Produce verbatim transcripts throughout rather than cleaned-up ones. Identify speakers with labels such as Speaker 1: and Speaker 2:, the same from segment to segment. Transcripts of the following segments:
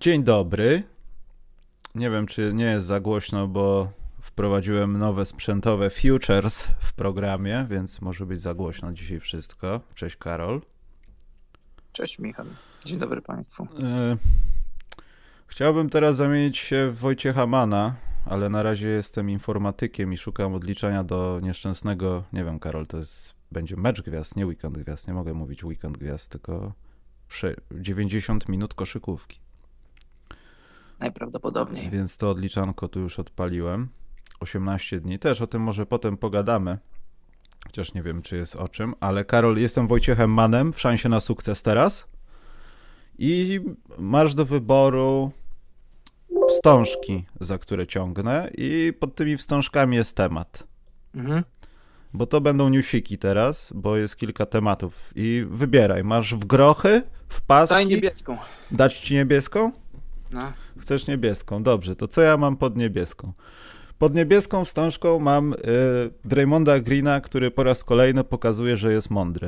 Speaker 1: Dzień dobry. Nie wiem, czy nie jest za głośno, bo wprowadziłem nowe sprzętowe features w programie, więc może być za głośno dzisiaj wszystko. Cześć Karol.
Speaker 2: Cześć Michał. Dzień dobry Państwu.
Speaker 1: Chciałbym teraz zamienić się w Wojciecha Mana, ale na razie jestem informatykiem i szukam odliczania do nieszczęsnego, nie wiem Karol, to jest, będzie mecz gwiazd, nie weekend gwiazd, nie mogę mówić weekend gwiazd, tylko dziewięćdziesiąt minut koszykówki.
Speaker 2: Najprawdopodobniej.
Speaker 1: Więc to odliczanko tu już odpaliłem. osiemnaście dni. Też o tym może potem pogadamy. Chociaż nie wiem, czy jest o czym. Ale Karol, jestem Wojciechem Manem w szansie na sukces teraz. I masz do wyboru wstążki, za które ciągnę. I pod tymi wstążkami jest temat. Mhm. Bo to będą newsiki teraz, bo jest kilka tematów. I wybieraj. Masz w grochy, w paski.
Speaker 2: Daj niebieską.
Speaker 1: Dać ci niebieską?
Speaker 2: No.
Speaker 1: Chcesz niebieską, dobrze, to co ja mam pod niebieską? Pod niebieską wstążką mam y, Draymonda Greena, który po raz kolejny pokazuje, że jest mądry.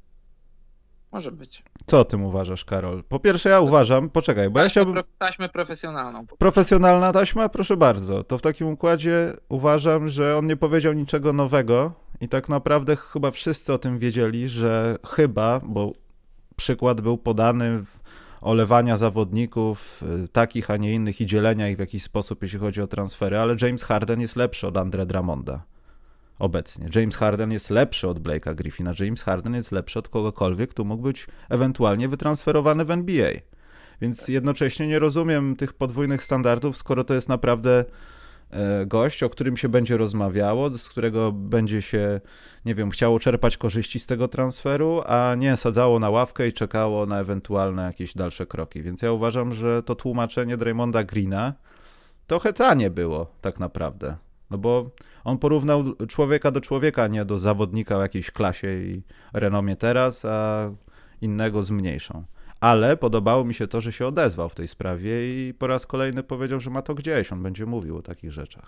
Speaker 2: Może być.
Speaker 1: Co o tym uważasz, Karol? Po pierwsze ja uważam, poczekaj, bo
Speaker 2: taśmę,
Speaker 1: ja chciałbym...
Speaker 2: Pro, taśmę profesjonalną.
Speaker 1: Profesjonalna taśma? Proszę bardzo. To w takim układzie uważam, że on nie powiedział niczego nowego i tak naprawdę chyba wszyscy o tym wiedzieli, że chyba, bo przykład był podany w olewania zawodników takich, a nie innych i dzielenia ich w jakiś sposób, jeśli chodzi o transfery, ale James Harden jest lepszy od Andre Drummonda obecnie. James Harden jest lepszy od Blake'a Griffina. James Harden jest lepszy od kogokolwiek, kto mógł być ewentualnie wytransferowany w N B A. Więc jednocześnie nie rozumiem tych podwójnych standardów, skoro to jest naprawdę gość, o którym się będzie rozmawiało, z którego będzie się, nie wiem, chciało czerpać korzyści z tego transferu, a nie sadzało na ławkę i czekało na ewentualne jakieś dalsze kroki. Więc ja uważam, że to tłumaczenie Draymonda Greena trochę tanie było tak naprawdę. No bo on porównał człowieka do człowieka, nie do zawodnika o jakiejś klasie i renomie teraz, a innego z mniejszą. Ale podobało mi się to, że się odezwał w tej sprawie i po raz kolejny powiedział, że ma to gdzieś, on będzie mówił o takich rzeczach.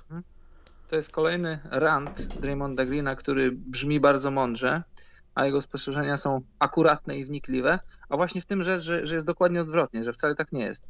Speaker 2: To jest kolejny rant Draymonda Greena, który brzmi bardzo mądrze, a jego spostrzeżenia są akuratne i wnikliwe, a właśnie w tym rzecz, że, że jest dokładnie odwrotnie, że wcale tak nie jest.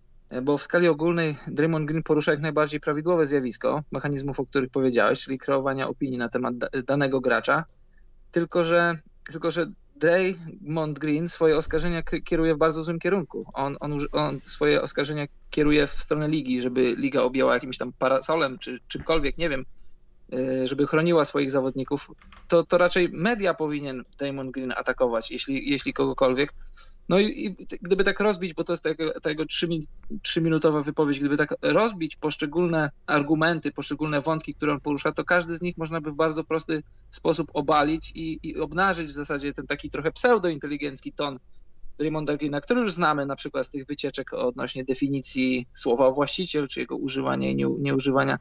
Speaker 2: Bo w skali ogólnej Draymond Green porusza jak najbardziej prawidłowe zjawisko mechanizmów, o których powiedziałeś, czyli kreowania opinii na temat danego gracza, tylko że, tylko że Draymond Green swoje oskarżenia kieruje w bardzo złym kierunku. On, on, on swoje oskarżenia kieruje w stronę ligi, żeby liga objęła jakimś tam parasolem czy czymkolwiek, nie wiem, żeby chroniła swoich zawodników. To, to raczej media powinien Draymond Green atakować, jeśli, jeśli kogokolwiek. No i, i gdyby tak rozbić, bo to jest tego, tego trzyminutowa wypowiedź, gdyby tak rozbić poszczególne argumenty, poszczególne wątki, które on porusza, to każdy z nich można by w bardzo prosty sposób obalić i, i obnażyć w zasadzie ten taki trochę pseudointeligencki ton Draymonda Greena, który już znamy na przykład z tych wycieczek odnośnie definicji słowa właściciel, czy jego używania i nie, nieużywania.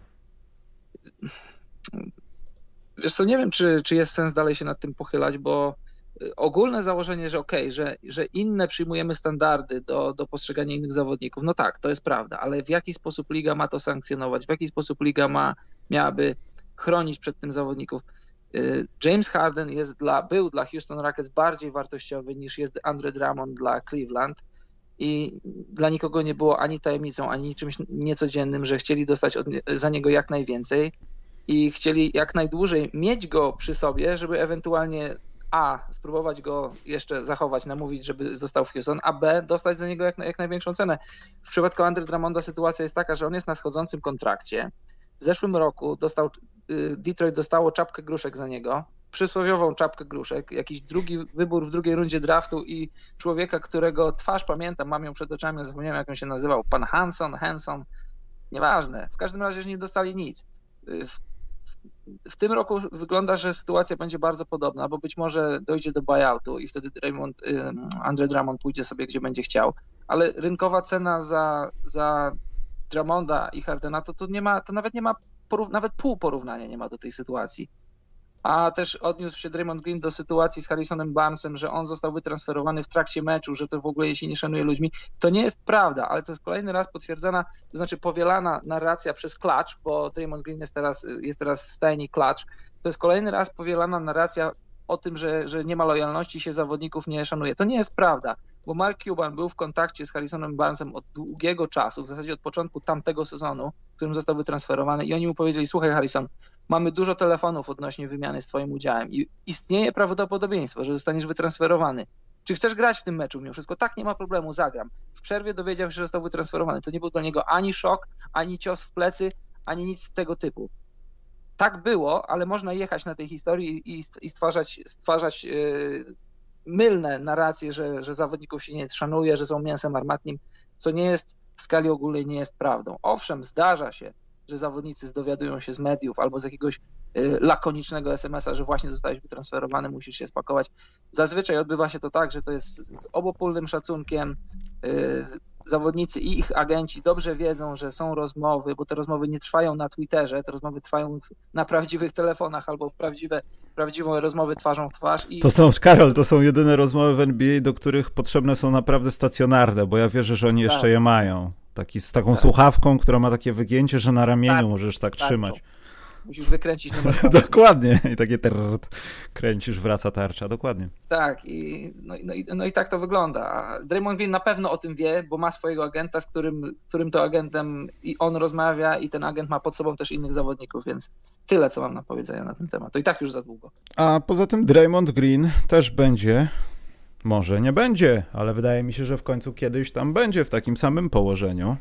Speaker 2: Wiesz co, nie wiem, czy, czy jest sens dalej się nad tym pochylać, bo ogólne założenie, że okej, okay, że, że inne przyjmujemy standardy do, do postrzegania innych zawodników, no tak, to jest prawda, ale w jaki sposób liga ma to sankcjonować, w jaki sposób liga ma, miałaby chronić przed tym zawodników? James Harden jest dla, był dla Houston Rockets bardziej wartościowy niż jest Andre Drummond dla Cleveland i dla nikogo nie było ani tajemnicą, ani czymś niecodziennym, że chcieli dostać od, za niego jak najwięcej i chcieli jak najdłużej mieć go przy sobie, żeby ewentualnie A, spróbować go jeszcze zachować, namówić, żeby został w Houston, a B, dostać za niego jak, jak największą cenę. W przypadku Andre Drummonda sytuacja jest taka, że on jest na schodzącym kontrakcie. W zeszłym roku dostał, Detroit dostało czapkę gruszek za niego, przysłowiową czapkę gruszek, jakiś drugi wybór w drugiej rundzie draftu i człowieka, którego twarz pamiętam, mam ją przed oczami, zapomniałem jak on się nazywał, pan Hanson, Hanson, nieważne, w każdym razie nie dostali nic. W W tym roku wygląda, że sytuacja będzie bardzo podobna, bo być może dojdzie do buyoutu i wtedy Raymond, Andre Drummond pójdzie sobie, gdzie będzie chciał, ale rynkowa cena za, za Drummonda i Hardena to, to, nie ma, to nawet nie ma, porów- nawet pół porównania nie ma do tej sytuacji. A też odniósł się Draymond Green do sytuacji z Harrisonem Barnesem, że on został wytransferowany w trakcie meczu, że to w ogóle się nie szanuje ludźmi. To nie jest prawda, ale to jest kolejny raz potwierdzana, to znaczy powielana narracja przez Clutch, bo Draymond Green jest teraz, jest teraz w stajni Clutch. To jest kolejny raz powielana narracja o tym, że, że nie ma lojalności, się zawodników nie szanuje. To nie jest prawda. bo Mark Cuban był w kontakcie z Harrisonem Barnesem od długiego czasu, w zasadzie od początku tamtego sezonu, w którym został wytransferowany i oni mu powiedzieli, słuchaj Harrison, mamy dużo telefonów odnośnie wymiany z twoim udziałem i istnieje prawdopodobieństwo, że zostaniesz wytransferowany. Czy chcesz grać w tym meczu mimo wszystko? Tak, nie ma problemu, zagram. W przerwie dowiedział się, że został wytransferowany. To nie był dla niego ani szok, ani cios w plecy, ani nic tego typu. Tak było, ale można jechać na tej historii i, i stwarzać, stwarzać yy, mylne narracje, że, że zawodników się nie szanuje, że są mięsem armatnim, co nie jest w skali ogólnej nie jest prawdą. Owszem, zdarza się, że zawodnicy dowiadują się z mediów albo z jakiegoś y, lakonicznego es em es a, że właśnie zostałeś wytransferowany, musisz się spakować. Zazwyczaj odbywa się to tak, że to jest z, z obopólnym szacunkiem. Y, zawodnicy i ich agenci dobrze wiedzą, że są rozmowy, bo te rozmowy nie trwają na Twitterze, te rozmowy trwają w, na prawdziwych telefonach albo w prawdziwe, prawdziwą rozmowy twarzą w twarz. I...
Speaker 1: To są, Karol, to są jedyne rozmowy w N B A, do których potrzebne są naprawdę stacjonarne, bo ja wierzę, że oni jeszcze tak. je mają. Taki, z taką tak. słuchawką, która ma takie wygięcie, że na ramieniu tak. możesz tak, tak trzymać.
Speaker 2: Musisz wykręcić numer.
Speaker 1: Dokładnie. I takie trrrt, kręcisz, wraca tarcza. Dokładnie.
Speaker 2: Tak. I, no, no, i, no i tak to wygląda. A Draymond Green na pewno o tym wie, bo ma swojego agenta, z którym, którym to agentem i on rozmawia i ten agent ma pod sobą też innych zawodników, więc tyle, co mam na powiedzenia na ten temat. To i tak już za długo.
Speaker 1: A poza tym Draymond Green też będzie, może nie będzie, ale wydaje mi się, że w końcu kiedyś tam będzie w takim samym położeniu,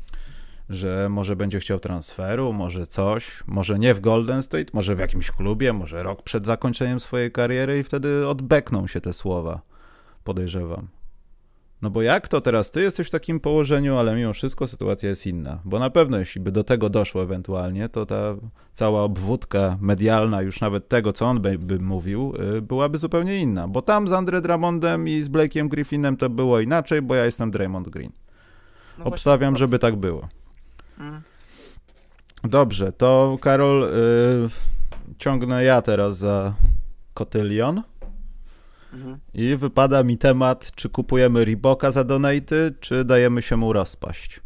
Speaker 1: że może będzie chciał transferu, może coś, może nie w Golden State, może w jakimś klubie, może rok przed zakończeniem swojej kariery i wtedy odbekną się te słowa, podejrzewam. No bo jak to teraz ty jesteś w takim położeniu, ale mimo wszystko sytuacja jest inna, bo na pewno jeśli by do tego doszło ewentualnie, to ta cała obwódka medialna już nawet tego, co on by, by mówił, byłaby zupełnie inna, bo tam z Andre Drummondem i z Blake'iem Griffinem to było inaczej, bo ja jestem Draymond Green. No Obstawiam, właśnie, żeby tak było. Mm. Dobrze, to Karol, yy, ciągnę ja teraz za kotylion. Mhm. I wypada mi temat, czy kupujemy Reeboka za donaty, czy dajemy się mu rozpaść.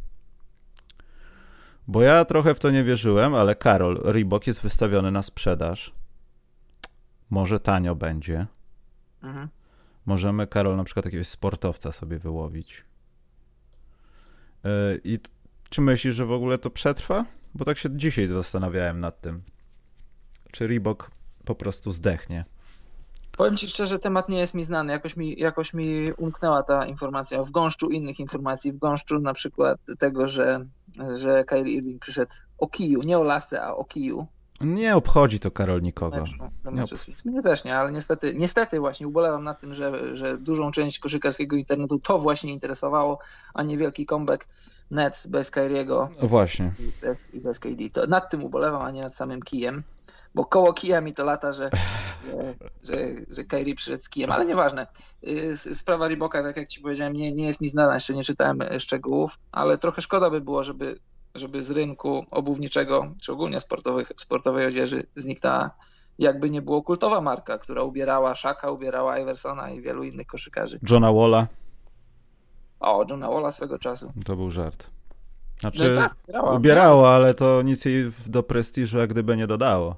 Speaker 1: Bo ja trochę w to nie wierzyłem, ale Karol, Reebok jest wystawiony na sprzedaż. Może tanio będzie. Mhm. Możemy, Karol, na przykład jakiegoś sportowca sobie wyłowić. Yy, I czy myślisz, że w ogóle to przetrwa? Bo tak się dzisiaj zastanawiałem nad tym. Czy Reebok po prostu zdechnie?
Speaker 2: Powiem ci szczerze, temat nie jest mi znany. Jakoś mi, jakoś mi umknęła ta informacja w gąszczu innych informacji, w gąszczu na przykład tego, że, że Kyrie Irving przyszedł o kiju, nie o lasce, a o kiju.
Speaker 1: Nie obchodzi to, Karol, nikogo.
Speaker 2: Meczu, do meczu ob... Mnie też nie, ale niestety, niestety właśnie ubolewam nad tym, że, że dużą część koszykarskiego internetu to właśnie interesowało, a nie wielki comeback Nets bez Kyriego.
Speaker 1: Właśnie.
Speaker 2: I bez, i bez K D. To nad tym ubolewam, a nie nad samym kijem, bo koło kija mi to lata, że, że, że, że Kyrie przyszedł z kijem, ale nieważne. Sprawa Reeboka, tak jak ci powiedziałem, nie, nie jest mi znana, jeszcze nie czytałem szczegółów, ale trochę szkoda by było, żeby żeby z rynku obuwniczego, czy ogólnie sportowych, sportowej odzieży zniknęła, jakby nie było, kultowa marka, która ubierała Shaka, ubierała Iversona i wielu innych koszykarzy.
Speaker 1: Johna Walla.
Speaker 2: O, Johna Walla swego czasu.
Speaker 1: To był żart. Znaczy,
Speaker 2: no tak, ubierała,
Speaker 1: ubierało, ale to nic jej do prestiżu jak gdyby nie dodało.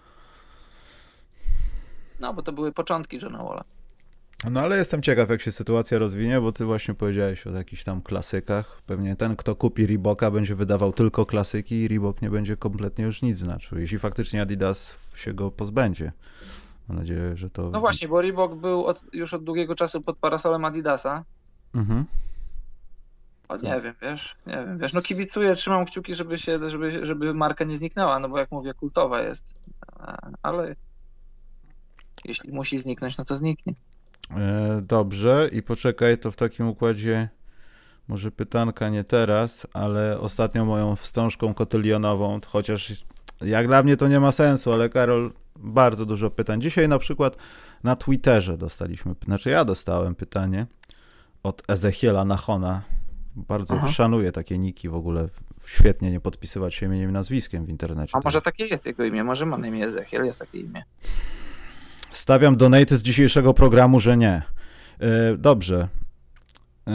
Speaker 2: No, bo to były początki Johna Walla.
Speaker 1: No ale jestem ciekaw, jak się sytuacja rozwinie, bo ty właśnie powiedziałeś o jakichś tam klasykach. Pewnie ten, kto kupi Reeboka, będzie wydawał tylko klasyki i Reebok nie będzie kompletnie już nic znaczył, jeśli faktycznie Adidas się go pozbędzie. Mam nadzieję, że to...
Speaker 2: No właśnie, bo Reebok był od, już od długiego czasu pod parasolem Adidasa. Mhm. O, nie wiem, wiesz, nie wiem, wiesz, no kibicuję, trzymam kciuki, żeby się, żeby, żeby marka nie zniknęła, no bo jak mówię, kultowa jest, ale jeśli musi zniknąć, no to zniknie.
Speaker 1: Dobrze, i poczekaj, to w takim układzie może pytanka nie teraz, ale ostatnio moją wstążką kotylionową, chociaż jak dla mnie to nie ma sensu, ale Karol, bardzo dużo pytań. Dzisiaj na przykład na Twitterze dostaliśmy, znaczy ja dostałem pytanie od Ezechiela Nachona. Bardzo Aha. szanuję takie niki w ogóle. Świetnie nie podpisywać się imieniem i nazwiskiem w internecie.
Speaker 2: A może takie jest jego imię, może ma na imię Ezechiel, jest takie imię.
Speaker 1: Stawiam donaty z dzisiejszego programu, że nie. Yy, dobrze. Yy...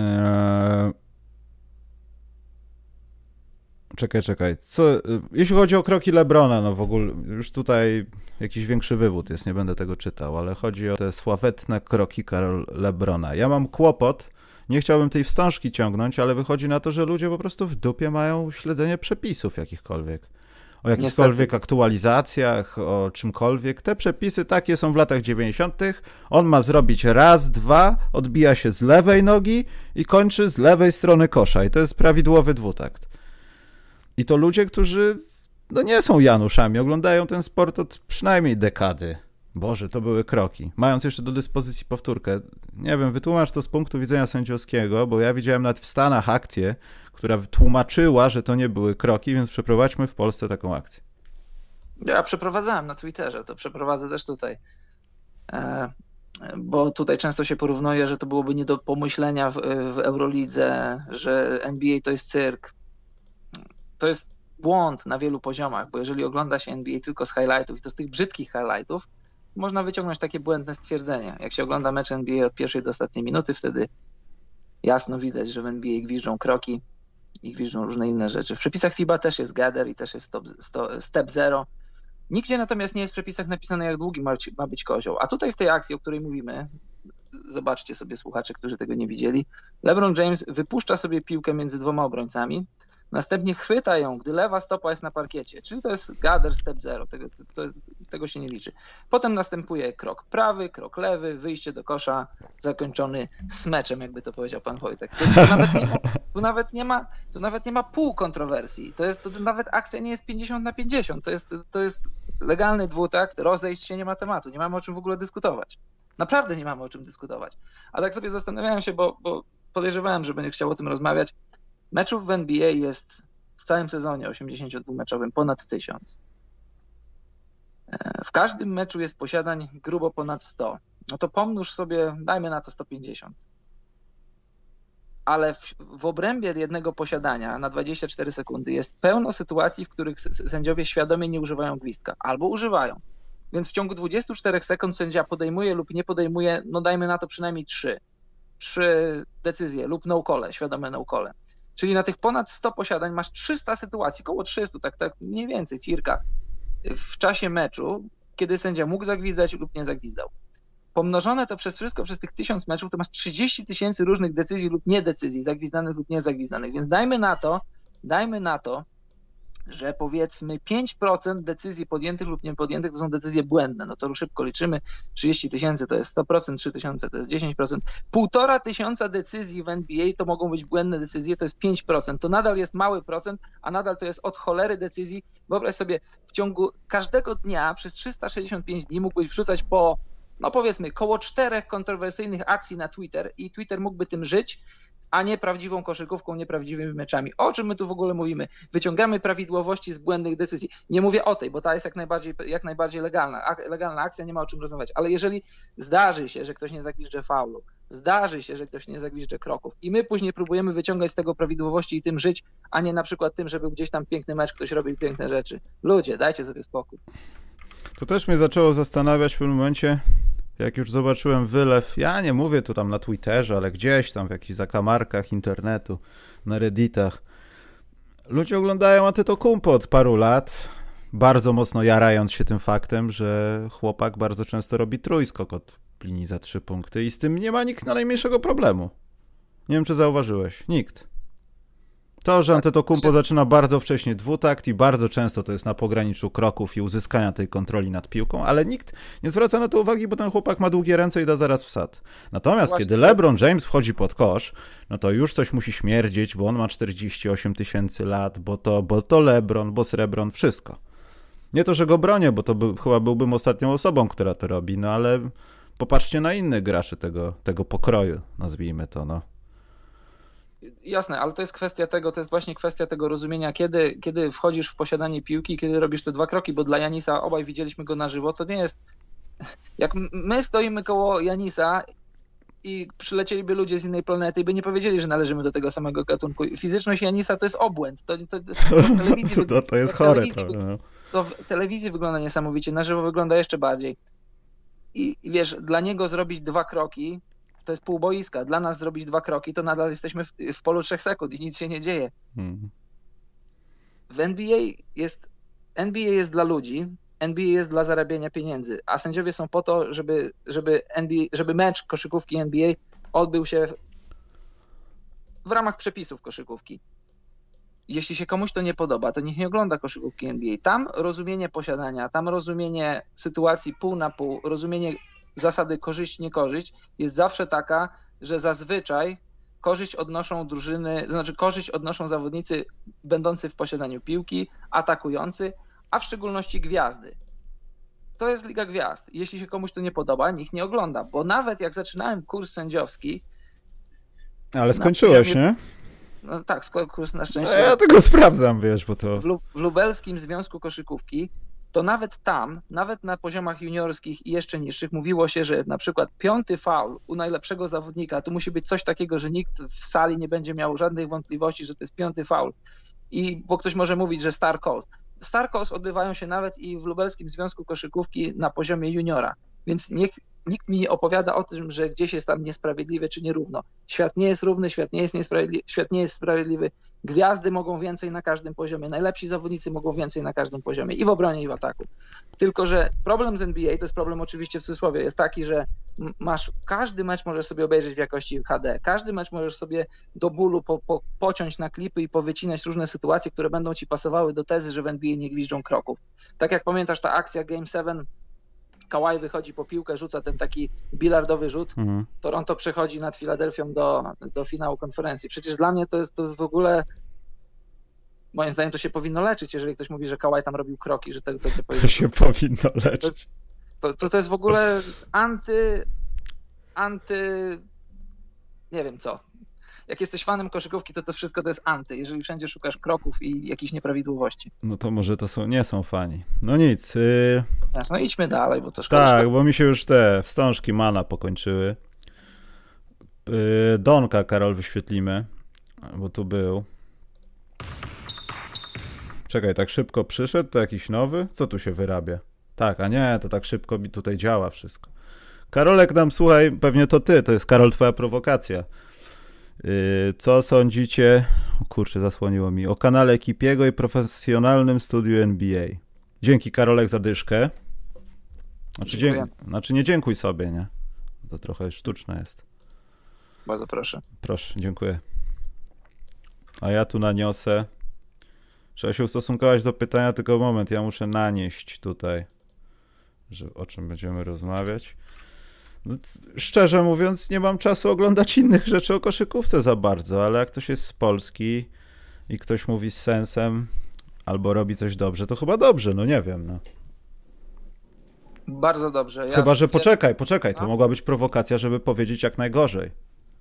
Speaker 1: Czekaj, czekaj. Co, yy, jeśli chodzi o kroki LeBrona, no w ogóle już tutaj jakiś większy wywód jest, nie będę tego czytał, ale chodzi o te sławetne kroki Karol LeBrona. Ja mam kłopot nie chciałbym tej wstążki ciągnąć, ale wychodzi na to, że ludzie po prostu w dupie mają śledzenie przepisów jakichkolwiek. O jakichkolwiek Niestety. aktualizacjach, o czymkolwiek. Te przepisy takie są w latach dziewięćdziesiątych. On ma zrobić raz, dwa, odbija się z lewej nogi i kończy z lewej strony kosza. I to jest prawidłowy dwutakt. I to ludzie, którzy no nie są Januszami, oglądają ten sport od przynajmniej dekady. Boże, to były kroki. Mając jeszcze do dyspozycji powtórkę, nie wiem, wytłumacz to z punktu widzenia sędziowskiego, bo ja widziałem nawet w Stanach akcję, która tłumaczyła, że to nie były kroki, więc przeprowadźmy w Polsce taką akcję.
Speaker 2: Ja przeprowadzałem na Twitterze, to przeprowadzę też tutaj. Bo tutaj często się porównuje, że to byłoby nie do pomyślenia w, w Eurolidze, że N B A to jest cyrk. To jest błąd na wielu poziomach, bo jeżeli ogląda się N B A tylko z highlightów i to z tych brzydkich highlightów, można wyciągnąć takie błędne stwierdzenie. Jak się ogląda mecz N B A od pierwszej do ostatniej minuty, wtedy jasno widać, że w N B A gwiżdżą kroki i gwiżdżą różne inne rzeczy. W przepisach FIBA też jest gather i też jest stop, stop, step zero. Nigdzie natomiast nie jest w przepisach napisane, jak długi ma być, ma być kozioł. A tutaj w tej akcji, o której mówimy, zobaczcie sobie słuchacze, którzy tego nie widzieli, LeBron James wypuszcza sobie piłkę między dwoma obrońcami, następnie chwyta ją, gdy lewa stopa jest na parkiecie, czyli to jest gather step zero, tego, to, tego się nie liczy. Potem następuje krok prawy, krok lewy, wyjście do kosza, zakończony smeczem, jakby to powiedział pan Wojtek. Tu, tu, nawet, nie ma, tu, nawet, nie ma, tu nawet nie ma pół kontrowersji, to jest, to nawet akcja nie jest pięćdziesiąt na pięćdziesiąt, to jest, to jest legalny dwutakt, rozejść się nie ma tematu, nie mamy o czym w ogóle dyskutować. Naprawdę nie mamy o czym dyskutować. A tak sobie zastanawiałem się, bo, bo podejrzewałem, że będzie chciał o tym rozmawiać. Meczów w N B A jest w całym sezonie osiemdziesięciodwumeczowym ponad tysiąc. W każdym meczu jest posiadań grubo ponad sto. No to pomnóż sobie, dajmy na to sto pięćdziesiąt. Ale w, w obrębie jednego posiadania na dwadzieścia cztery sekundy jest pełno sytuacji, w których sędziowie świadomie nie używają gwizdka. Albo używają. Więc w ciągu dwudziestu czterech sekund sędzia podejmuje lub nie podejmuje, no dajmy na to przynajmniej trzy. Trzy decyzje lub no-call, świadome no-call. Czyli na tych ponad sto posiadań masz trzysta sytuacji, koło trzysta, tak, tak mniej więcej, circa, w czasie meczu, kiedy sędzia mógł zagwizdać lub nie zagwizdał. Pomnożone to przez wszystko, przez tych tysiąc meczów, to masz trzydzieści tysięcy różnych decyzji lub niedecyzji, zagwizdanych lub niezagwizdanych. Więc dajmy na to, dajmy na to, że powiedzmy pięć procent decyzji podjętych lub niepodjętych to są decyzje błędne. No to szybko liczymy, trzydzieści tysięcy to jest sto procent, trzy tysiące to jest dziesięć procent. Półtora tysiąca decyzji w N B A to mogą być błędne decyzje, to jest pięć procent. To nadal jest mały procent, a nadal to jest od cholery decyzji. Wyobraź sobie, w ciągu każdego dnia przez trzysta sześćdziesiąt pięć dni mógłbyś wrzucać po, no powiedzmy, koło czterech kontrowersyjnych akcji na Twitter i Twitter mógłby tym żyć, a nie prawdziwą koszykówką, nieprawdziwymi meczami. O czym my tu w ogóle mówimy? Wyciągamy prawidłowości z błędnych decyzji. Nie mówię o tej, bo ta jest jak najbardziej, jak najbardziej legalna. Legalna akcja, nie ma o czym rozmawiać. Ale jeżeli zdarzy się, że ktoś nie zagwizdże faulu, zdarzy się, że ktoś nie zagwizdże kroków i my później próbujemy wyciągać z tego prawidłowości i tym żyć, a nie na przykład tym, że był gdzieś tam piękny mecz, ktoś robił piękne rzeczy. Ludzie, dajcie sobie spokój.
Speaker 1: To też mnie zaczęło zastanawiać w pewnym momencie, jak już zobaczyłem wylew, ja nie mówię tu tam na Twitterze, ale gdzieś tam w jakichś zakamarkach internetu, na Redditach. Ludzie oglądają Antetokounmpo od paru lat, bardzo mocno jarając się tym faktem, że chłopak bardzo często robi trójskok od linii za trzy punkty i z tym nie ma nikt na najmniejszego problemu. Nie wiem, czy zauważyłeś. Nikt. To, że Antetokounmpo zaczyna bardzo wcześnie dwutakt i bardzo często to jest na pograniczu kroków i uzyskania tej kontroli nad piłką, ale nikt nie zwraca na to uwagi, bo ten chłopak ma długie ręce i da zaraz wsad. Natomiast Właśnie. kiedy LeBron James wchodzi pod kosz, no to już coś musi śmierdzieć, bo on ma czterdzieści osiem tysięcy lat, bo to, bo to LeBron, bo Srebron, wszystko. Nie to, że go bronię, bo to by, chyba byłbym ostatnią osobą, która to robi, no ale popatrzcie na innych graczy tego, tego pokroju, nazwijmy to, no.
Speaker 2: Jasne, ale to jest kwestia tego, to jest właśnie kwestia tego rozumienia, kiedy, kiedy wchodzisz w posiadanie piłki, kiedy robisz te dwa kroki, bo dla Janisa, obaj widzieliśmy go na żywo, to nie jest, jak my stoimy koło Janisa i przylecieliby ludzie z innej planety i by nie powiedzieli, że należymy do tego samego gatunku. Fizyczność Janisa to jest obłęd, to, to, to, w telewizji,
Speaker 1: to, to jest chore.
Speaker 2: To, no. to w telewizji wygląda niesamowicie, na żywo wygląda jeszcze bardziej. I, i wiesz, dla niego zrobić dwa kroki, to jest pół boiska. Dla nas zrobić dwa kroki, to nadal jesteśmy w, w polu trzech sekund i nic się nie dzieje. Hmm. W N B A jest, N B A jest dla ludzi, N B A jest dla zarabiania pieniędzy, a sędziowie są po to, żeby, żeby, N B A, żeby mecz koszykówki N B A odbył się w ramach przepisów koszykówki. Jeśli się komuś to nie podoba, to niech nie ogląda koszykówki N B A. Tam rozumienie posiadania, tam rozumienie sytuacji pół na pół, rozumienie zasady korzyść-niekorzyść jest zawsze taka, że zazwyczaj korzyść odnoszą drużyny, to znaczy korzyść odnoszą zawodnicy będący w posiadaniu piłki, atakujący, a w szczególności gwiazdy. To jest Liga Gwiazd. Jeśli się komuś to nie podoba, nikt nie ogląda, bo nawet jak zaczynałem kurs sędziowski...
Speaker 1: Ale skończyłeś, nie?
Speaker 2: No tak, kurs na szczęście.
Speaker 1: Ja tego sprawdzam, wiesz, bo to...
Speaker 2: W, Lu- w Lubelskim Związku Koszykówki to nawet tam, nawet na poziomach juniorskich i jeszcze niższych mówiło się, że na przykład piąty faul u najlepszego zawodnika, tu musi być coś takiego, że nikt w sali nie będzie miał żadnych wątpliwości, że to jest piąty faul. I bo ktoś może mówić, że star calls. Star calls odbywają się nawet i w Lubelskim Związku Koszykówki na poziomie juniora. Więc niech, nikt mi nie opowiada o tym, że gdzieś jest tam niesprawiedliwe czy nierówno. Świat nie jest równy, świat nie jest niesprawiedliwy, świat nie jest sprawiedliwy. Gwiazdy mogą więcej na każdym poziomie, najlepsi zawodnicy mogą więcej na każdym poziomie i w obronie, i w ataku. Tylko że problem z N B A, to jest problem oczywiście w cudzysłowie, jest taki, że masz, każdy mecz możesz sobie obejrzeć w jakości H D, każdy mecz możesz sobie do bólu po, po, pociąć na klipy i powycinać różne sytuacje, które będą ci pasowały do tezy, że w N B A nie gwiżdżą kroków. Tak jak pamiętasz ta akcja Game siedem, Kawhi wychodzi po piłkę, rzuca ten taki bilardowy rzut, mhm. Toronto przechodzi nad Filadelfią do, do finału konferencji. Przecież dla mnie to jest, to jest w ogóle, moim zdaniem to się powinno leczyć, jeżeli ktoś mówi, że Kawhi tam robił kroki, że tego to nie powinno.
Speaker 1: To się powinno leczyć.
Speaker 2: To, to, to jest w ogóle anty, anty, nie wiem co. Jak jesteś fanem koszykówki, to to wszystko to jest anty, jeżeli wszędzie szukasz kroków i jakichś nieprawidłowości.
Speaker 1: No to może to są, nie są fani. No nic. Yy...
Speaker 2: No idźmy dalej, bo to szkoda.
Speaker 1: Tak, szkoda. Bo mi się już te wstążki mana pokończyły. Yy, Donka, Karol, wyświetlimy, bo tu był. Czekaj, tak szybko przyszedł, to jakiś nowy? Co tu się wyrabia? Tak, a nie, to tak szybko mi tutaj działa wszystko. Karolek nam, słuchaj, pewnie to ty, to jest Karol, twoja prowokacja. Co sądzicie, o kurczę, zasłoniło mi, o kanale Kipiego i profesjonalnym studiu N B A? Dzięki, Karolek, za dyszkę. Znaczy, dzie- znaczy nie dziękuj sobie, nie? To trochę sztuczne jest.
Speaker 2: Bardzo proszę.
Speaker 1: Proszę, dziękuję. A ja tu naniosę. Trzeba się ustosunkować do pytania, tylko moment, ja muszę nanieść tutaj, że o czym będziemy rozmawiać. No, szczerze mówiąc, nie mam czasu oglądać innych rzeczy o koszykówce za bardzo, ale jak ktoś jest z Polski i ktoś mówi z sensem albo robi coś dobrze, to chyba dobrze, no nie wiem. No.
Speaker 2: Bardzo dobrze. Ja
Speaker 1: chyba, że poczekaj, poczekaj, to no? mogła być prowokacja, żeby powiedzieć jak najgorzej.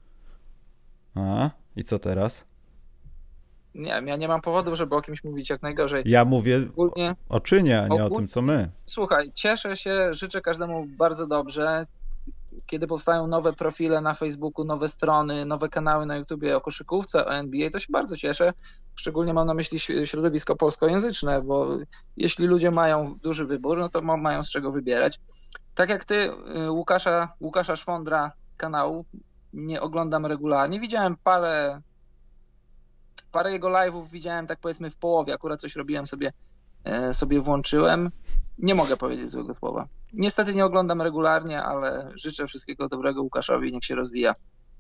Speaker 1: A, i co teraz?
Speaker 2: Nie, ja nie mam powodów, żeby o kimś mówić jak najgorzej.
Speaker 1: Ja mówię ogólnie, o czynie, a nie ogólnie, o tym, co my.
Speaker 2: Słuchaj, cieszę się, życzę każdemu bardzo dobrze. Kiedy powstają nowe profile na Facebooku, nowe strony, nowe kanały na YouTubie o koszykówce, o N B A, to się bardzo cieszę. Szczególnie mam na myśli środowisko polskojęzyczne, bo jeśli ludzie mają duży wybór, no to mają z czego wybierać. Tak jak ty, Łukasza, Łukasza Szwondra kanału, nie oglądam regularnie. Widziałem parę, parę jego live'ów, widziałem tak powiedzmy w połowie, akurat coś robiłem sobie, sobie włączyłem. Nie mogę powiedzieć złego słowa. Niestety nie oglądam regularnie, ale życzę wszystkiego dobrego Łukaszowi, niech się rozwija.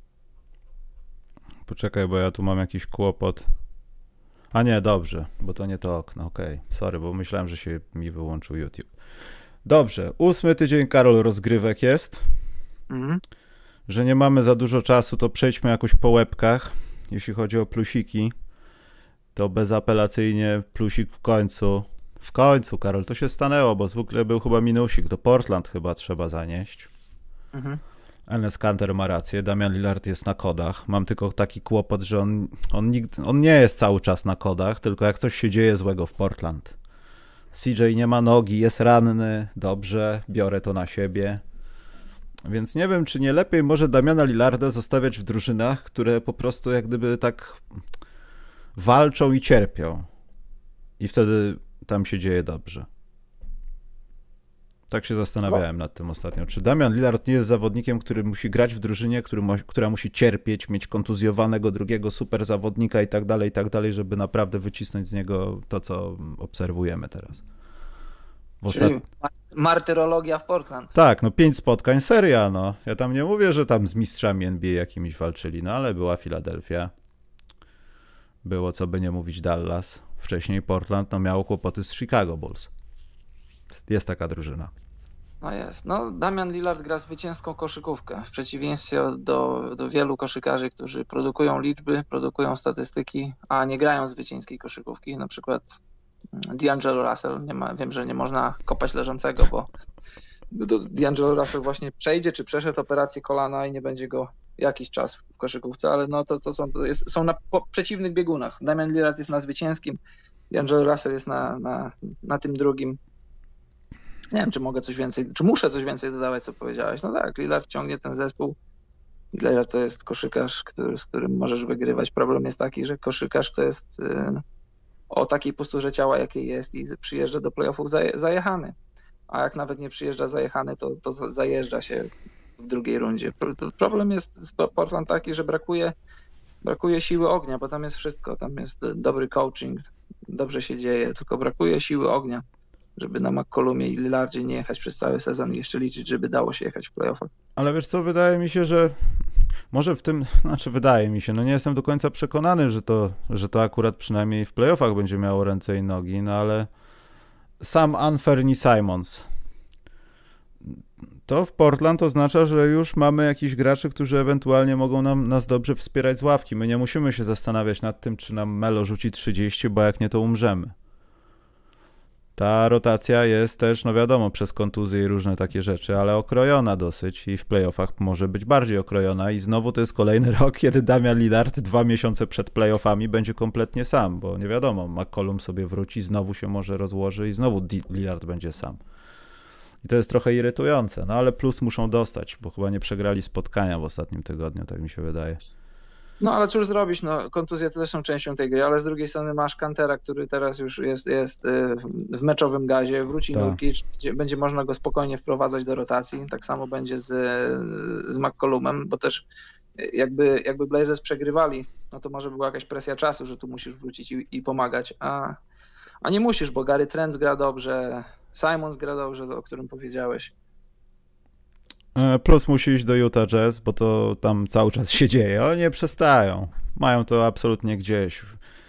Speaker 1: Poczekaj, bo ja tu mam jakiś kłopot. A nie, dobrze, bo to nie to okno, okej. Okay. Sorry, bo myślałem, że się mi wyłączył YouTube. Dobrze, ósmy tydzień, Karol, rozgrywek jest. Mhm. Że nie mamy za dużo czasu, to przejdźmy jakoś po łebkach. Jeśli chodzi o plusiki, to bezapelacyjnie plusik w końcu. W końcu, Karol, to się stanęło, bo zwykle był chyba minusik. Do Portland chyba trzeba zanieść. Mhm. Enes Kanter ma rację, Damian Lillard jest na kodach. Mam tylko taki kłopot, że on, on, nigdy, on nie jest cały czas na kodach, tylko jak coś się dzieje złego w Portland. C J nie ma nogi, jest ranny, dobrze, biorę to na siebie. Więc nie wiem, czy nie lepiej może Damiana Lillarda zostawiać w drużynach, które po prostu jak gdyby tak walczą i cierpią. I wtedy tam się dzieje dobrze. Tak się zastanawiałem no. nad tym ostatnio. Czy Damian Lillard nie jest zawodnikiem, który musi grać w drużynie, który mo- która musi cierpieć, mieć kontuzjowanego drugiego super zawodnika i tak dalej, i tak dalej, żeby naprawdę wycisnąć z niego to, co obserwujemy teraz.
Speaker 2: W Czyli ostat... martyrologia w Portland.
Speaker 1: Tak, no pięć spotkań, seria, no. Ja tam nie mówię, że tam z mistrzami N B A jakimiś walczyli, no ale była Filadelfia. było, co by nie mówić, Dallas. Wcześniej Portland no, miało kłopoty z Chicago Bulls. Jest taka drużyna.
Speaker 2: No jest. No, Damian Lillard gra zwycięską koszykówkę. W przeciwieństwie do, do wielu koszykarzy, którzy produkują liczby, produkują statystyki, a nie grają zwycięskiej koszykówki. Na przykład D'Angelo Russell. Nie ma, wiem, że nie można kopać leżącego, bo D'Angelo Russell właśnie przejdzie, czy przeszedł operację kolana i nie będzie go jakiś czas w koszykówce, ale no to, to są, to jest, są na po, przeciwnych biegunach. Damian Lillard jest na zwycięskim, D'Angelo Russell jest na, na, na tym drugim. Nie wiem, czy mogę coś więcej, czy muszę coś więcej dodawać, co powiedziałeś. No tak, Lillard ciągnie ten zespół. Lillard to jest koszykarz, który, z którym możesz wygrywać. Problem jest taki, że koszykarz to jest yy, o takiej posturze ciała, jakiej jest i przyjeżdża do playoffów zaje, zajechany. A jak nawet nie przyjeżdża zajechany, to, to zajeżdża się w drugiej rundzie. Problem jest z Portland taki, że brakuje, brakuje siły ognia, bo tam jest wszystko. Tam jest dobry coaching, dobrze się dzieje, tylko brakuje siły ognia, żeby na McCollumie i Lillardzie nie jechać przez cały sezon i jeszcze liczyć, żeby dało się jechać w playoffach.
Speaker 1: Ale wiesz co, wydaje mi się, że może w tym, znaczy wydaje mi się, no nie jestem do końca przekonany, że to, że to akurat przynajmniej w playoffach będzie miało ręce i nogi, no ale sam Anthony Simons, to w Portland oznacza, że już mamy jakichś graczy, którzy ewentualnie mogą nam, nas dobrze wspierać z ławki. My nie musimy się zastanawiać nad tym, czy nam Melo rzuci trzydzieści, bo jak nie, to umrzemy. Ta rotacja jest też, no wiadomo, przez kontuzje i różne takie rzeczy, ale okrojona dosyć i w playoffach może być bardziej okrojona i znowu to jest kolejny rok, kiedy Damian Lillard dwa miesiące przed playoffami będzie kompletnie sam, bo nie wiadomo, McCollum sobie wróci, znowu się może rozłoży i znowu Lillard będzie sam. I to jest trochę irytujące, no ale plus muszą dostać, bo chyba nie przegrali spotkania w ostatnim tygodniu, tak mi się wydaje.
Speaker 2: No ale cóż zrobić, no kontuzje to też są częścią tej gry, ale z drugiej strony masz Kantera, który teraz już jest, jest w meczowym gazie, wróci
Speaker 1: tak.
Speaker 2: Nurkic, będzie, będzie można go spokojnie wprowadzać do rotacji, tak samo będzie z, z McCollumem, bo też jakby, jakby Blazers przegrywali, no to może była jakaś presja czasu, że tu musisz wrócić i, i pomagać, a, a nie musisz, bo Gary Trent gra dobrze, Simons gra dobrze, o którym powiedziałeś.
Speaker 1: Plus musi iść do Utah Jazz, bo to tam cały czas się dzieje. Oni nie przestają. Mają to absolutnie gdzieś.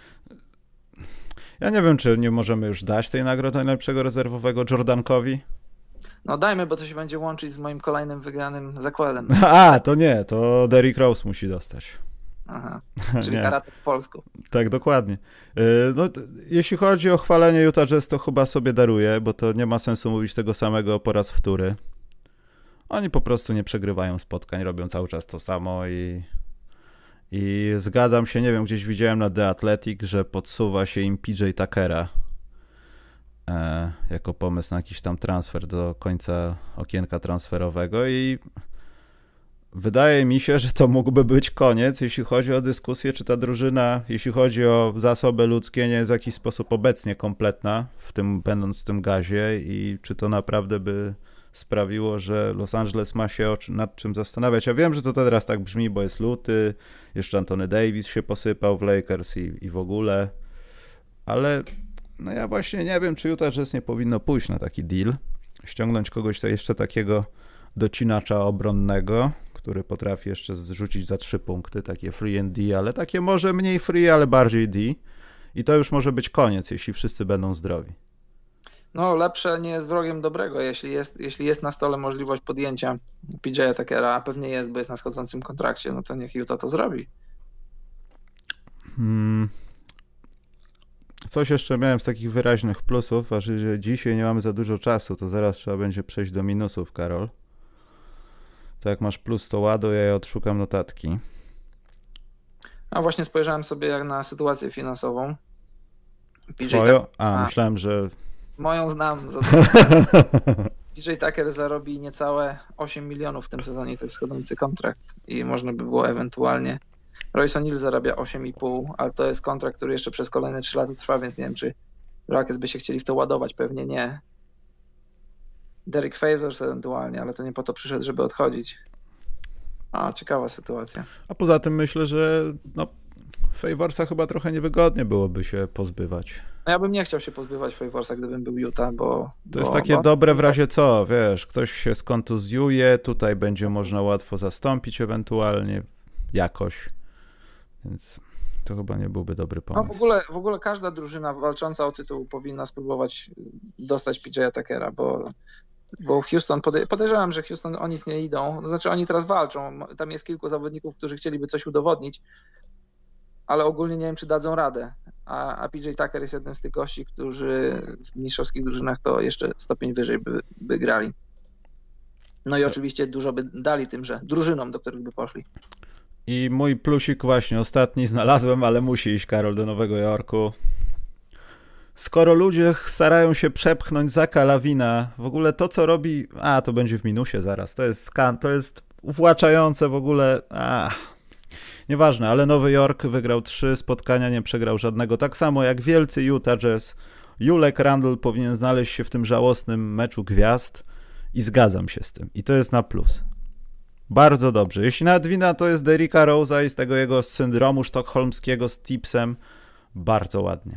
Speaker 1: Ja nie wiem, czy nie możemy już dać tej nagrody najlepszego rezerwowego Jordankowi.
Speaker 2: No dajmy, bo to się będzie łączyć z moim kolejnym wygranym zakładem.
Speaker 1: A, to nie, to Derrick Rose musi dostać.
Speaker 2: Aha, czyli karate po polsku.
Speaker 1: Tak, dokładnie. No, to, jeśli chodzi o chwalenie Utah Jazz, to chyba sobie daruję, bo to nie ma sensu mówić tego samego po raz wtóry. Oni po prostu nie przegrywają spotkań, robią cały czas to samo i, i zgadzam się, nie wiem, gdzieś widziałem na The Athletic, że podsuwa się im P J Tuckera e, jako pomysł na jakiś tam transfer do końca okienka transferowego i wydaje mi się, że to mógłby być koniec, jeśli chodzi o dyskusję, czy ta drużyna, jeśli chodzi o zasoby ludzkie, nie jest w jakiś sposób obecnie kompletna, w tym, będąc w tym gazie i czy to naprawdę by sprawiło, że Los Angeles ma się nad czym zastanawiać. Ja wiem, że to teraz tak brzmi, bo jest luty, jeszcze Anthony Davis się posypał w Lakers i, i w ogóle, ale no ja właśnie nie wiem, czy Utah Jazz nie powinno pójść na taki deal, ściągnąć kogoś jeszcze takiego docinacza obronnego, który potrafi jeszcze zrzucić za trzy punkty, takie free and D, ale takie może mniej free, ale bardziej D i to już może być koniec, jeśli wszyscy będą zdrowi.
Speaker 2: No lepsze nie jest wrogiem dobrego, jeśli jest, jeśli jest na stole możliwość podjęcia P J Tuckera, a pewnie jest, bo jest na schodzącym kontrakcie, no to niech Utah to zrobi.
Speaker 1: Hmm. Coś jeszcze miałem z takich wyraźnych plusów, a że dzisiaj nie mamy za dużo czasu, to zaraz trzeba będzie przejść do minusów, Karol. To jak masz plus, to ładuj, ja odszukam notatki.
Speaker 2: A właśnie spojrzałem sobie jak na sytuację finansową.
Speaker 1: P J Twoją? A, a, myślałem, że...
Speaker 2: Moją znam. Za P J Tucker zarobi niecałe osiem milionów w tym sezonie, to jest schodzący kontrakt i można by było ewentualnie... Royce O'Neal zarabia osiem i pół, ale to jest kontrakt, który jeszcze przez kolejne trzy lata trwa, więc nie wiem, czy Rockets by się chcieli w to ładować, pewnie nie. Derek Favors ewentualnie, ale to nie po to przyszedł, żeby odchodzić. A, ciekawa sytuacja.
Speaker 1: A poza tym myślę, że no, Favorsa chyba trochę niewygodnie byłoby się pozbywać.
Speaker 2: No ja bym nie chciał się pozbywać Favorsa, gdybym był Utah, bo...
Speaker 1: To jest
Speaker 2: bo,
Speaker 1: takie
Speaker 2: bo...
Speaker 1: dobre w razie co, wiesz, ktoś się skontuzjuje, tutaj będzie można łatwo zastąpić ewentualnie jakoś, więc to chyba nie byłby dobry
Speaker 2: No
Speaker 1: pomysł.
Speaker 2: w ogóle, w ogóle każda drużyna walcząca o tytuł powinna spróbować dostać P J Tuckera, bo, bo Houston, podej- podejrzewam, że Houston o nic nie idą. Znaczy oni teraz walczą, tam jest kilku zawodników, którzy chcieliby coś udowodnić, ale ogólnie nie wiem, czy dadzą radę. A, a P J Tucker jest jednym z tych gości, którzy w mistrzowskich drużynach to jeszcze stopień wyżej by, by grali. No i oczywiście dużo by dali tymże drużynom, do których by poszli.
Speaker 1: I mój plusik właśnie ostatni znalazłem, ale musi iść Karol do Nowego Jorku. Skoro ludzie starają się przepchnąć Zaka Lawina, w ogóle to, co robi... A, to będzie w minusie zaraz. To jest skan, to jest uwłaczające w ogóle... A, nieważne, ale Nowy Jork wygrał trzy spotkania, nie przegrał żadnego. Tak samo jak wielcy Utah Jazz. Julek Randle powinien znaleźć się w tym żałosnym meczu gwiazd i zgadzam się z tym. I to jest na plus. Bardzo dobrze. Jeśli nawet wina to jest Derricka Rose'a i z tego jego syndromu sztokholmskiego z tipsem, bardzo ładnie.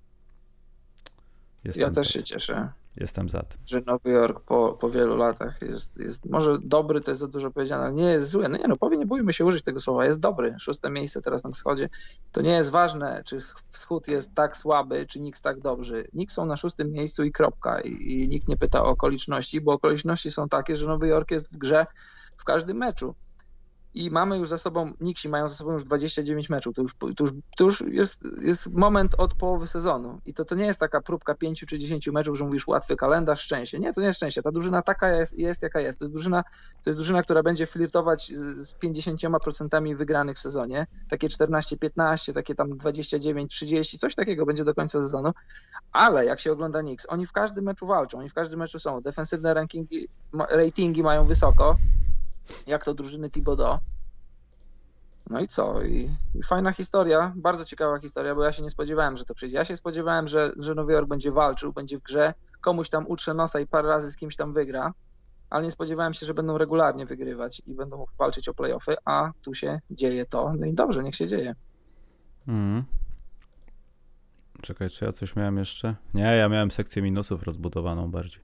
Speaker 1: Jestem
Speaker 2: Ja też
Speaker 1: za
Speaker 2: się cieszę,
Speaker 1: Jestem za tym.
Speaker 2: że Nowy Jork po, po wielu latach jest, jest, może dobry, to jest za dużo powiedziane, ale nie jest zły. No nie no, powie, nie bójmy się użyć tego słowa, jest dobry. Szóste miejsce teraz na wschodzie. To nie jest ważne, czy wschód jest tak słaby, czy Knicks tak dobrzy. Knicks są na szóstym miejscu i kropka. I, i nikt nie pyta o okoliczności, bo okoliczności są takie, że Nowy Jork jest w grze w każdym meczu. I mamy już za sobą, Knicksi mają za sobą już dwadzieścia dziewięć meczów, to już, to już, to już jest, jest moment od połowy sezonu i to, to nie jest taka próbka pięciu czy dziesięciu meczów, że mówisz łatwy kalendarz, szczęście. Nie, to nie jest szczęście, ta drużyna taka jest, jest jaka jest. To jest drużyna, to jest drużyna, która będzie flirtować z, z pięćdziesięcioma procentami wygranych w sezonie, takie czternaście piętnaście, takie tam dwadzieścia dziewięć trzydzieści, coś takiego będzie do końca sezonu, ale jak się ogląda Knicks, oni w każdym meczu walczą, oni w każdym meczu są, defensywne rankingi, ratingi mają wysoko, jak to drużyny Thibodeau. No i co? I, I fajna historia, bardzo ciekawa historia, bo ja się nie spodziewałem, że to przyjdzie. Ja się spodziewałem, że, że Nowy Jork będzie walczył, będzie w grze, komuś tam utrze nosa i parę razy z kimś tam wygra, ale nie spodziewałem się, że będą regularnie wygrywać i będą walczyć o play-offy, a tu się dzieje to. No i dobrze, niech się dzieje.
Speaker 1: Mm. Czekaj, czy ja coś miałem jeszcze? Nie, ja miałem sekcję minusów rozbudowaną bardziej.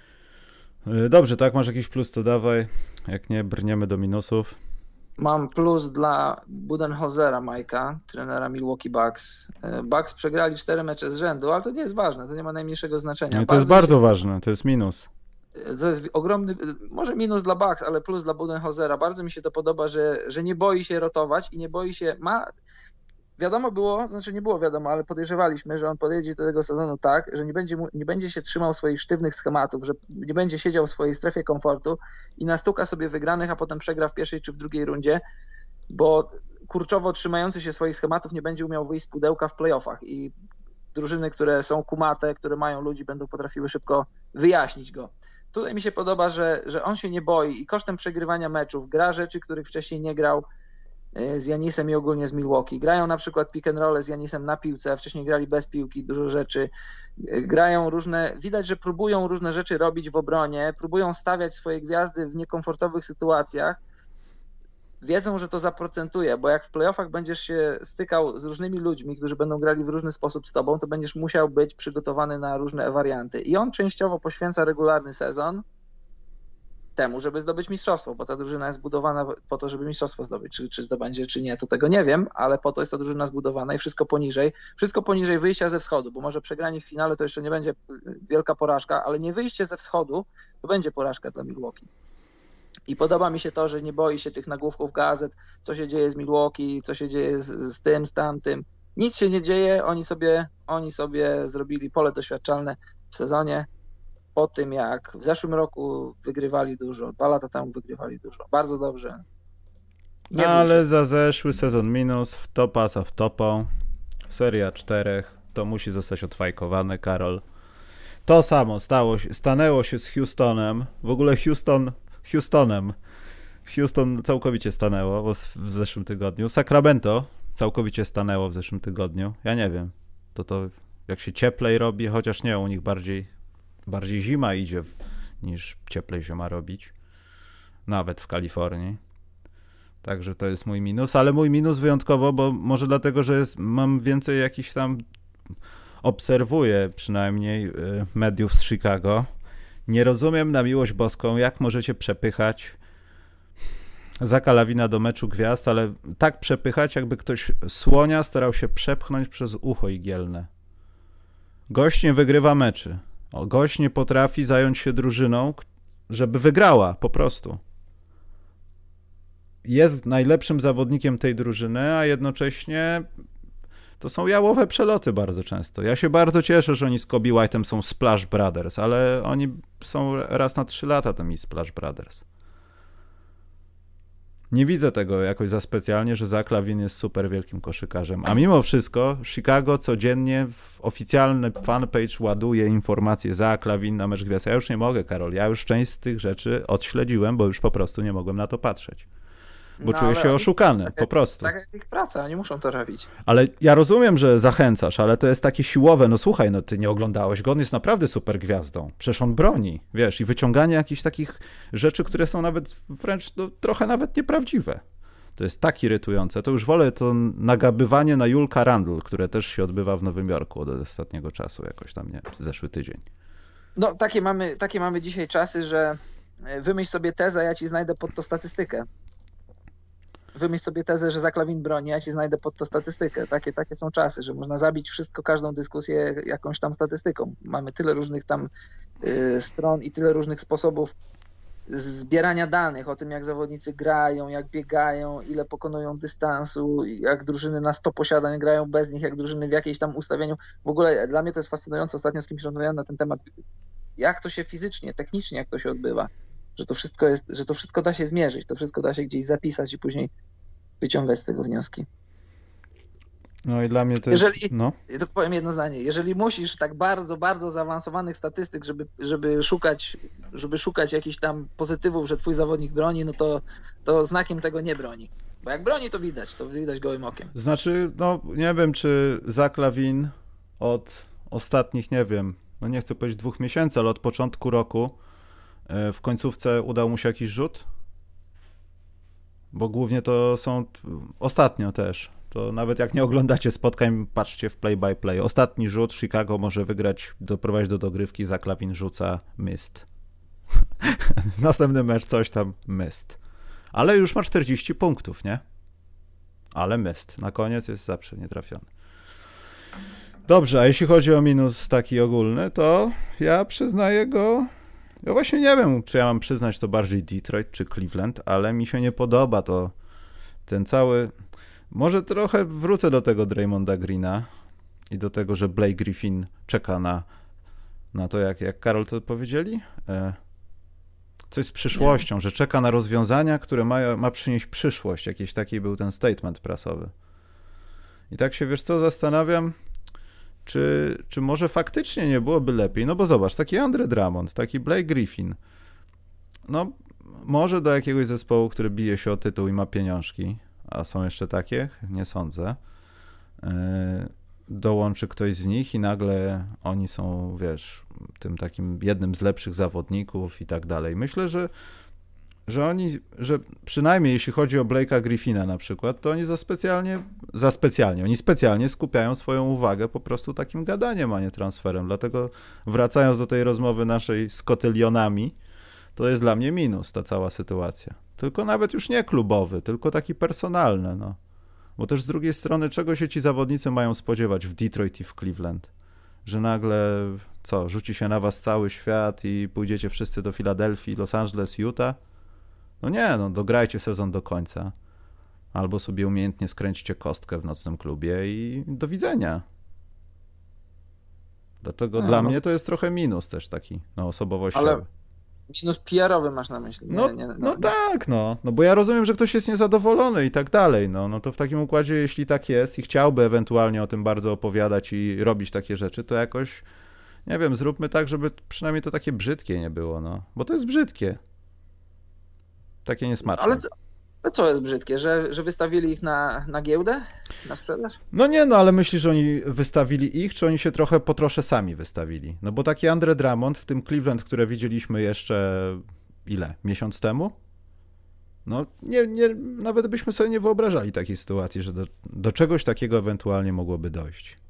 Speaker 1: Dobrze, tak, masz jakiś plus, to dawaj. Jak nie, brniemy do minusów.
Speaker 2: Mam plus dla Budenholzera Majka, trenera Milwaukee Bucks. Bucks przegrali cztery mecze z rzędu, ale to nie jest ważne, to nie ma najmniejszego znaczenia.
Speaker 1: No to jest bardzo ważne, to jest minus.
Speaker 2: To jest ogromny, może minus dla Bucks, ale plus dla Budenholzera. Bardzo mi się to podoba, że, że nie boi się rotować i nie boi się, ma... Wiadomo było, znaczy nie było wiadomo, ale podejrzewaliśmy, że on podejdzie do tego sezonu tak, że nie będzie, mu, nie będzie się trzymał swoich sztywnych schematów, że nie będzie siedział w swojej strefie komfortu i nastuka sobie wygranych, a potem przegra w pierwszej czy w drugiej rundzie, bo kurczowo trzymający się swoich schematów nie będzie umiał wyjść z pudełka w playoffach i drużyny, które są kumate, które mają ludzi, będą potrafiły szybko wyjaśnić go. Tutaj mi się podoba, że, że on się nie boi i kosztem przegrywania meczów gra rzeczy, których wcześniej nie grał, z Janisem i ogólnie z Milwaukee. Grają na przykład pick and roll z Janisem na piłce, wcześniej grali bez piłki, dużo rzeczy. Grają różne, widać, że próbują różne rzeczy robić w obronie, próbują stawiać swoje gwiazdy w niekomfortowych sytuacjach. Wiedzą, że to zaprocentuje, bo jak w playoffach będziesz się stykał z różnymi ludźmi, którzy będą grali w różny sposób z tobą, to będziesz musiał być przygotowany na różne warianty. I on częściowo poświęca regularny sezon temu, żeby zdobyć mistrzostwo, bo ta drużyna jest zbudowana po to, żeby mistrzostwo zdobyć. Czy, czy zdobędzie, czy nie, to tego nie wiem, ale po to jest ta drużyna zbudowana i wszystko poniżej, wszystko poniżej wyjścia ze wschodu, bo może przegranie w finale to jeszcze nie będzie wielka porażka, ale nie wyjście ze wschodu to będzie porażka dla Milwaukee. I podoba mi się to, że nie boi się tych nagłówków gazet, co się dzieje z Milwaukee, co się dzieje z, z tym, z tamtym. Nic się nie dzieje, oni sobie, oni sobie zrobili pole doświadczalne w sezonie, po tym jak w zeszłym roku wygrywali dużo, dwa lata temu wygrywali dużo. Bardzo dobrze.
Speaker 1: Nie Ale za zeszły sezon minus, w topa za w topą, seria czterech, to musi zostać odfajkowane, Karol. To samo stało się, stanęło się z Houstonem, w ogóle Houston, Houstonem, Houston całkowicie stanęło bo w zeszłym tygodniu, Sacramento całkowicie stanęło w zeszłym tygodniu, ja nie wiem, to to jak się cieplej robi, chociaż nie, u nich bardziej Bardziej zima idzie niż cieplej się ma robić. Nawet w Kalifornii. Także to jest mój minus, ale mój minus wyjątkowo, bo może dlatego, że jest, mam więcej jakichś tam, obserwuję przynajmniej y, mediów z Chicago. Nie rozumiem na miłość boską, jak możecie przepychać Zacka Lavina do meczu gwiazd, ale tak przepychać, jakby ktoś słonia starał się przepchnąć przez ucho igielne. Gość nie wygrywa meczy. O, gość nie potrafi zająć się drużyną, żeby wygrała, po prostu. Jest najlepszym zawodnikiem tej drużyny, a jednocześnie to są jałowe przeloty bardzo często. Ja się bardzo cieszę, że oni z Kobe White'em są Splash Brothers, ale oni są raz na trzy lata tymi Splash Brothers. Nie widzę tego jakoś za specjalnie, że Zach Lavin jest super wielkim koszykarzem. A mimo wszystko Chicago codziennie w oficjalny fanpage ładuje informacje Zach Lavin na mecz gwiazd. Ja już nie mogę, Karol. Ja już część z tych rzeczy odśledziłem, bo już po prostu nie mogłem na to patrzeć. Bo
Speaker 2: no,
Speaker 1: czuję się oszukany,
Speaker 2: tak
Speaker 1: po
Speaker 2: jest,
Speaker 1: prostu.
Speaker 2: Taka jest ich praca, oni muszą to robić.
Speaker 1: Ale ja rozumiem, że zachęcasz, ale to jest takie siłowe. No słuchaj, no ty nie oglądałeś go, on jest naprawdę super gwiazdą. Przecież on broni, wiesz, i wyciąganie jakichś takich rzeczy, które są nawet wręcz no, trochę nawet nieprawdziwe. To jest tak irytujące. To już wolę to nagabywanie na Julka Randle, które też się odbywa w Nowym Jorku od ostatniego czasu, jakoś tam, nie, zeszły tydzień.
Speaker 2: No takie mamy, takie mamy dzisiaj czasy, że wymyśl sobie tezę, ja ci znajdę pod to statystykę. Wymyśl sobie tezę, że Zach Lavin broni, ja ci znajdę pod to statystykę. Takie, takie są czasy, że można zabić wszystko, każdą dyskusję jakąś tam statystyką. Mamy tyle różnych tam y, stron i tyle różnych sposobów zbierania danych o tym, jak zawodnicy grają, jak biegają, ile pokonują dystansu, jak drużyny na sto posiadań grają bez nich, jak drużyny w jakiejś tam ustawieniu. W ogóle dla mnie to jest fascynujące. Ostatnio z kimś rozmawiałem na ten temat, jak to się fizycznie, technicznie, jak to się odbywa. Że to wszystko jest, że to wszystko da się zmierzyć, to wszystko da się gdzieś zapisać i później wyciągać z tego wnioski.
Speaker 1: No i dla mnie to
Speaker 2: jeżeli,
Speaker 1: jest... No.
Speaker 2: To powiem jedno zdanie. Jeżeli musisz tak bardzo, bardzo zaawansowanych statystyk, żeby, żeby szukać, żeby szukać jakichś tam pozytywów, że twój zawodnik broni, no to, to znakiem tego nie broni. Bo jak broni, to widać, to widać gołym okiem.
Speaker 1: Znaczy, no nie wiem, czy Zach Lavin od ostatnich, nie wiem, no nie chcę powiedzieć dwóch miesięcy, ale od początku roku w końcówce udał mu się jakiś rzut? Bo głównie to są ostatnio też. To nawet jak nie oglądacie spotkań, patrzcie w play by play. Ostatni rzut Chicago może wygrać, doprowadzić do dogrywki, Zach Lavin rzuca missed. Następny mecz coś tam missed. Ale już ma czterdzieści punktów, nie? Ale missed. Na koniec jest zawsze nietrafiony. Dobrze, a jeśli chodzi o minus taki ogólny, to ja przyznaję go... Ja właśnie nie wiem, czy ja mam przyznać to bardziej Detroit czy Cleveland, ale mi się nie podoba to ten cały... Może trochę wrócę do tego Draymonda Greena i do tego, że Blake Griffin czeka na, na to, jak, jak Karol to powiedzieli? E, coś z przyszłością, nie. Że czeka na rozwiązania, które ma, ma przynieść przyszłość. Jakiś taki był ten statement prasowy. I tak się, wiesz co, zastanawiam, czy, czy może faktycznie nie byłoby lepiej. No bo zobacz, taki Andre Drummond, taki Blake Griffin, no może do jakiegoś zespołu, który bije się o tytuł i ma pieniążki, a są jeszcze takie? Nie sądzę. Yy, dołączy ktoś z nich i nagle oni są, wiesz, tym takim jednym z lepszych zawodników i tak dalej. Myślę, że, że oni, że przynajmniej jeśli chodzi o Blake'a Griffina na przykład, to oni za specjalnie, za specjalnie, oni specjalnie skupiają swoją uwagę po prostu takim gadaniem, a nie transferem. Dlatego wracając do tej rozmowy naszej z kotylionami, to jest dla mnie minus ta cała sytuacja. Tylko nawet już nie klubowy, tylko taki personalny, no. Bo też z drugiej strony, czego się ci zawodnicy mają spodziewać w Detroit i w Cleveland? Że nagle, co, rzuci się na was cały świat i pójdziecie wszyscy do Filadelfii, Los Angeles, Utah? No nie, no dograjcie sezon do końca. Albo sobie umiejętnie skręćcie kostkę w nocnym klubie i do widzenia. Dlatego no, dla no. mnie to jest trochę minus też taki, no, osobowościowy. Ale...
Speaker 2: Minus P R owy masz na myśli. Nie,
Speaker 1: no,
Speaker 2: nie, no,
Speaker 1: no tak, no. No bo ja rozumiem, że ktoś jest niezadowolony i tak dalej. No, no to w takim układzie, jeśli tak jest i chciałby ewentualnie o tym bardzo opowiadać i robić takie rzeczy, to jakoś, nie wiem, zróbmy tak, żeby przynajmniej to takie brzydkie nie było, no. Bo to jest brzydkie. Takie niesmaczne.
Speaker 2: Ale co, ale co jest brzydkie? Że, że wystawili ich na, na giełdę? Na sprzedaż?
Speaker 1: No nie, no ale myślisz, że oni wystawili ich, czy oni się trochę po trosze sami wystawili? No bo taki Andre Drummond w tym Cleveland, które widzieliśmy jeszcze ile? Miesiąc temu? No nie, nie, nawet byśmy sobie nie wyobrażali takiej sytuacji, że do, do czegoś takiego ewentualnie mogłoby dojść.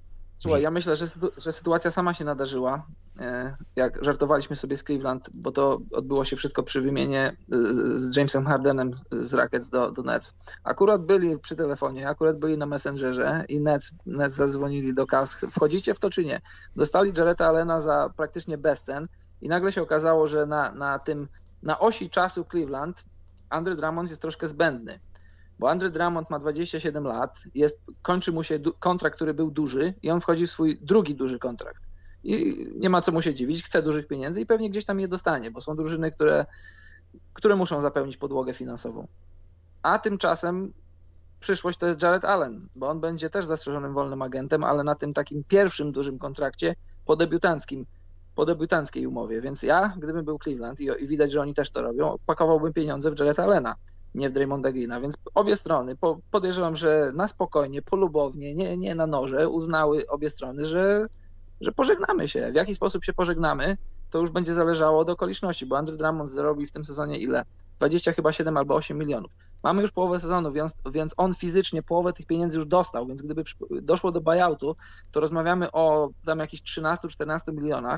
Speaker 2: Słuchaj, ja myślę, że, sytu- że sytuacja sama się nadarzyła, jak żartowaliśmy sobie z Cleveland, bo to odbyło się wszystko przy wymianie z Jamesem Hardenem z Rockets do, do Nets. Akurat byli przy telefonie, akurat byli na Messengerze i Nets, Nets zadzwonili do Cavs. Wchodzicie w to czy nie? Dostali Jarretta Allena za praktycznie bezcen i nagle się okazało, że na, na tym, na osi czasu Cleveland Andre Drummond jest troszkę zbędny. Bo Andre Drummond ma dwadzieścia siedem lat, jest, kończy mu się du- kontrakt, który był duży i on wchodzi w swój drugi duży kontrakt. I nie ma co mu się dziwić, chce dużych pieniędzy i pewnie gdzieś tam je dostanie, bo są drużyny, które, które muszą zapełnić podłogę finansową. A tymczasem przyszłość to jest Jarrett Allen, bo on będzie też zastrzeżonym wolnym agentem, ale na tym takim pierwszym dużym kontrakcie po debiutanckim, po debiutanckiej umowie. Więc ja, gdybym był Cleveland i, i widać, że oni też to robią, pakowałbym pieniądze w Jarretta Allena, nie w Draymonda Greena, więc obie strony, po, podejrzewam, że na spokojnie, polubownie, nie, nie na noże, uznały obie strony, że, że pożegnamy się. W jaki sposób się pożegnamy, to już będzie zależało od okoliczności, bo Andre Drummond zarobi w tym sezonie ile? dwadzieścia chyba siedem albo osiem milionów. Mamy już połowę sezonu, więc, więc on fizycznie połowę tych pieniędzy już dostał, więc gdyby doszło do buyoutu, to rozmawiamy o tam jakichś trzynastu czternastu milionach.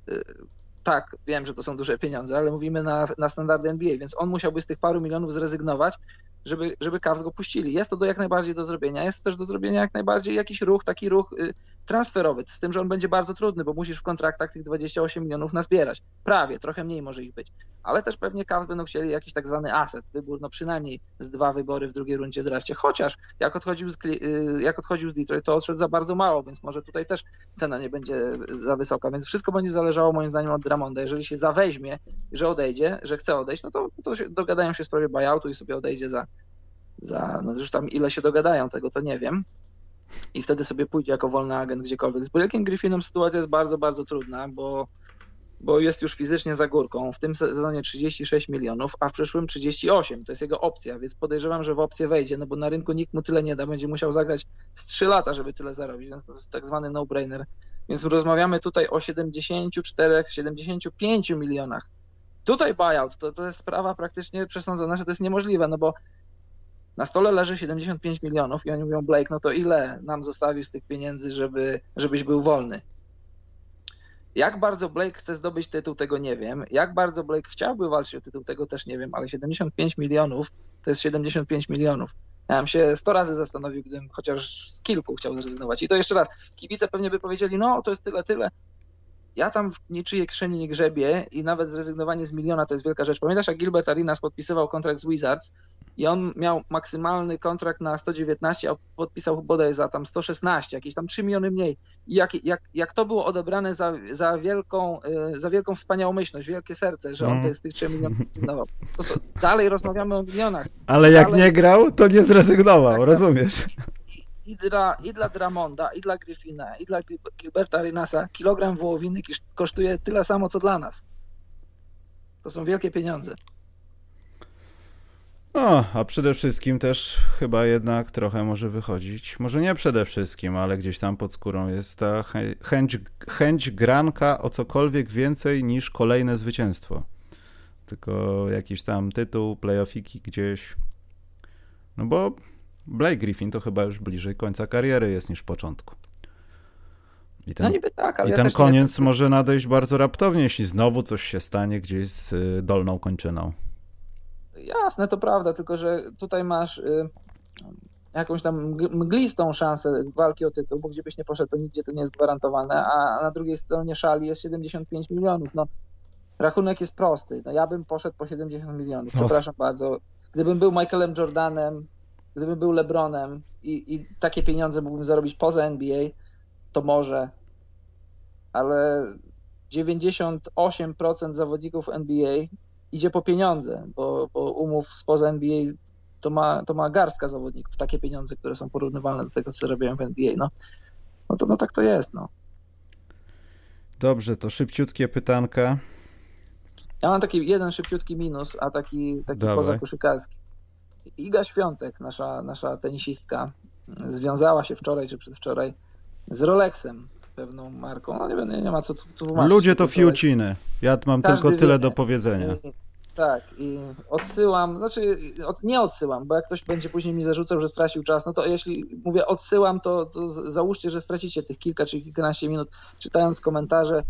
Speaker 2: Tak, wiem, że to są duże pieniądze, ale mówimy na, na standardy N B A, więc on musiałby z tych paru milionów zrezygnować, żeby, żeby Cavs go puścili. Jest to do jak najbardziej do zrobienia, jest to też do zrobienia jak najbardziej jakiś ruch, taki ruch y, transferowy, z tym, że on będzie bardzo trudny, bo musisz w kontraktach tych dwadzieścia osiem milionów nazbierać. Prawie, trochę mniej może ich być, ale też pewnie Cavs będą chcieli jakiś tak zwany asset, wybór, no przynajmniej z dwa wybory w drugiej rundzie w drafcie, chociaż jak odchodził z, y, jak odchodził z Detroit, to odszedł za bardzo mało, więc może tutaj też cena nie będzie za wysoka, więc wszystko będzie zależało moim zdaniem od Drummonda. Jeżeli się zaweźmie, że odejdzie, że chce odejść, no to, to się dogadają się w sprawie buyoutu i sobie odejdzie za za, no już tam ile się dogadają, tego to nie wiem. I wtedy sobie pójdzie jako wolny agent gdziekolwiek. Z Blackiem Griffinem sytuacja jest bardzo, bardzo trudna, bo, bo jest już fizycznie za górką. W tym sezonie trzydzieści sześć milionów, a w przyszłym trzydzieści osiem. To jest jego opcja, więc podejrzewam, że w opcję wejdzie, no bo na rynku nikt mu tyle nie da. Będzie musiał zagrać z trzy lata, żeby tyle zarobić, więc to jest tak zwany no-brainer. Więc rozmawiamy tutaj o siedemdziesięciu czterech siedemdziesięciu pięciu milionach. Tutaj buyout, to, to jest sprawa praktycznie przesądzona, że to jest niemożliwe, no bo na stole leży siedemdziesiąt pięć milionów i oni mówią, Blake, no to ile nam zostawił z tych pieniędzy, żeby, żebyś był wolny? Jak bardzo Blake chce zdobyć tytuł, tego nie wiem. Jak bardzo Blake chciałby walczyć o tytuł, tego też nie wiem, ale siedemdziesiąt pięć milionów to jest siedemdziesiąt pięć milionów. Ja bym się sto razy zastanowił, gdybym chociaż z kilku chciał zrezygnować. I to jeszcze raz, kibice pewnie by powiedzieli, no to jest tyle, tyle. Ja tam w niczyjej kieszeni nie grzebię i nawet zrezygnowanie z miliona to jest wielka rzecz. Pamiętasz, jak Gilbert Arenas podpisywał kontrakt z Wizards i on miał maksymalny kontrakt na sto dziewiętnaście, a podpisał bodaj za tam sto szesnaście, jakieś tam trzy miliony mniej. I jak, jak, jak to było odebrane za, za, wielką, za wielką wspaniałomyślność, wielkie serce, że on
Speaker 1: Mm.
Speaker 2: to z tych trzech milionów zrezygnował. To so, dalej rozmawiamy o milionach.
Speaker 1: Ale jak
Speaker 2: dalej...
Speaker 1: nie grał, to nie zrezygnował, rozumiesz?
Speaker 2: I dla, I dla Drummonda, i dla Griffina, i dla Gilberta Arenasa kilogram wołowiny kosztuje tyle samo, co dla nas. To są wielkie pieniądze.
Speaker 1: No, a przede wszystkim też chyba jednak trochę może wychodzić, może nie przede wszystkim, ale gdzieś tam pod skórą jest ta chęć, chęć granka o cokolwiek więcej niż kolejne zwycięstwo. Tylko jakiś tam tytuł, playoffiki gdzieś. No bo Blake Griffin to chyba już bliżej końca kariery jest niż początku. I ten,
Speaker 2: no niby tak, ale
Speaker 1: i
Speaker 2: ja
Speaker 1: ten
Speaker 2: też
Speaker 1: koniec
Speaker 2: jestem...
Speaker 1: może nadejść bardzo raptownie, jeśli znowu coś się stanie gdzieś z dolną kończyną.
Speaker 2: Jasne, to prawda, tylko że tutaj masz y, jakąś tam mglistą szansę walki o tytuł, bo gdzie byś nie poszedł, to nigdzie to nie jest gwarantowane, a na drugiej stronie szali jest siedemdziesiąt pięć milionów. No, rachunek jest prosty. No, ja bym poszedł po siedemdziesiąt milionów, przepraszam no. bardzo. Gdybym był Michaelem Jordanem, gdybym był LeBronem i, i takie pieniądze mógłbym zarobić poza N B A, to może, ale dziewięćdziesiąt osiem procent zawodników N B A idzie po pieniądze, bo, bo umów spoza N B A to ma, to ma garstka zawodników, takie pieniądze, które są porównywalne do tego, co zarabiają w N B A. No, no, to, no tak to jest. No.
Speaker 1: Dobrze, to szybciutkie pytanka.
Speaker 2: Ja mam taki jeden szybciutki minus, a taki, taki pozakoszykarski. Iga Świątek, nasza, nasza tenisistka, związała się wczoraj czy przedwczoraj z Rolexem, pewną marką. No nie, nie, nie ma co tu tłumaczyć.
Speaker 1: Ludzie to fiuciny. Ja mam Każdy tylko tyle wie, do powiedzenia.
Speaker 2: Tak, i odsyłam, znaczy od, nie odsyłam, bo jak ktoś będzie później mi zarzucał, że stracił czas, no to jeśli mówię odsyłam, to, to załóżcie, że stracicie tych kilka czy kilkanaście minut czytając komentarze.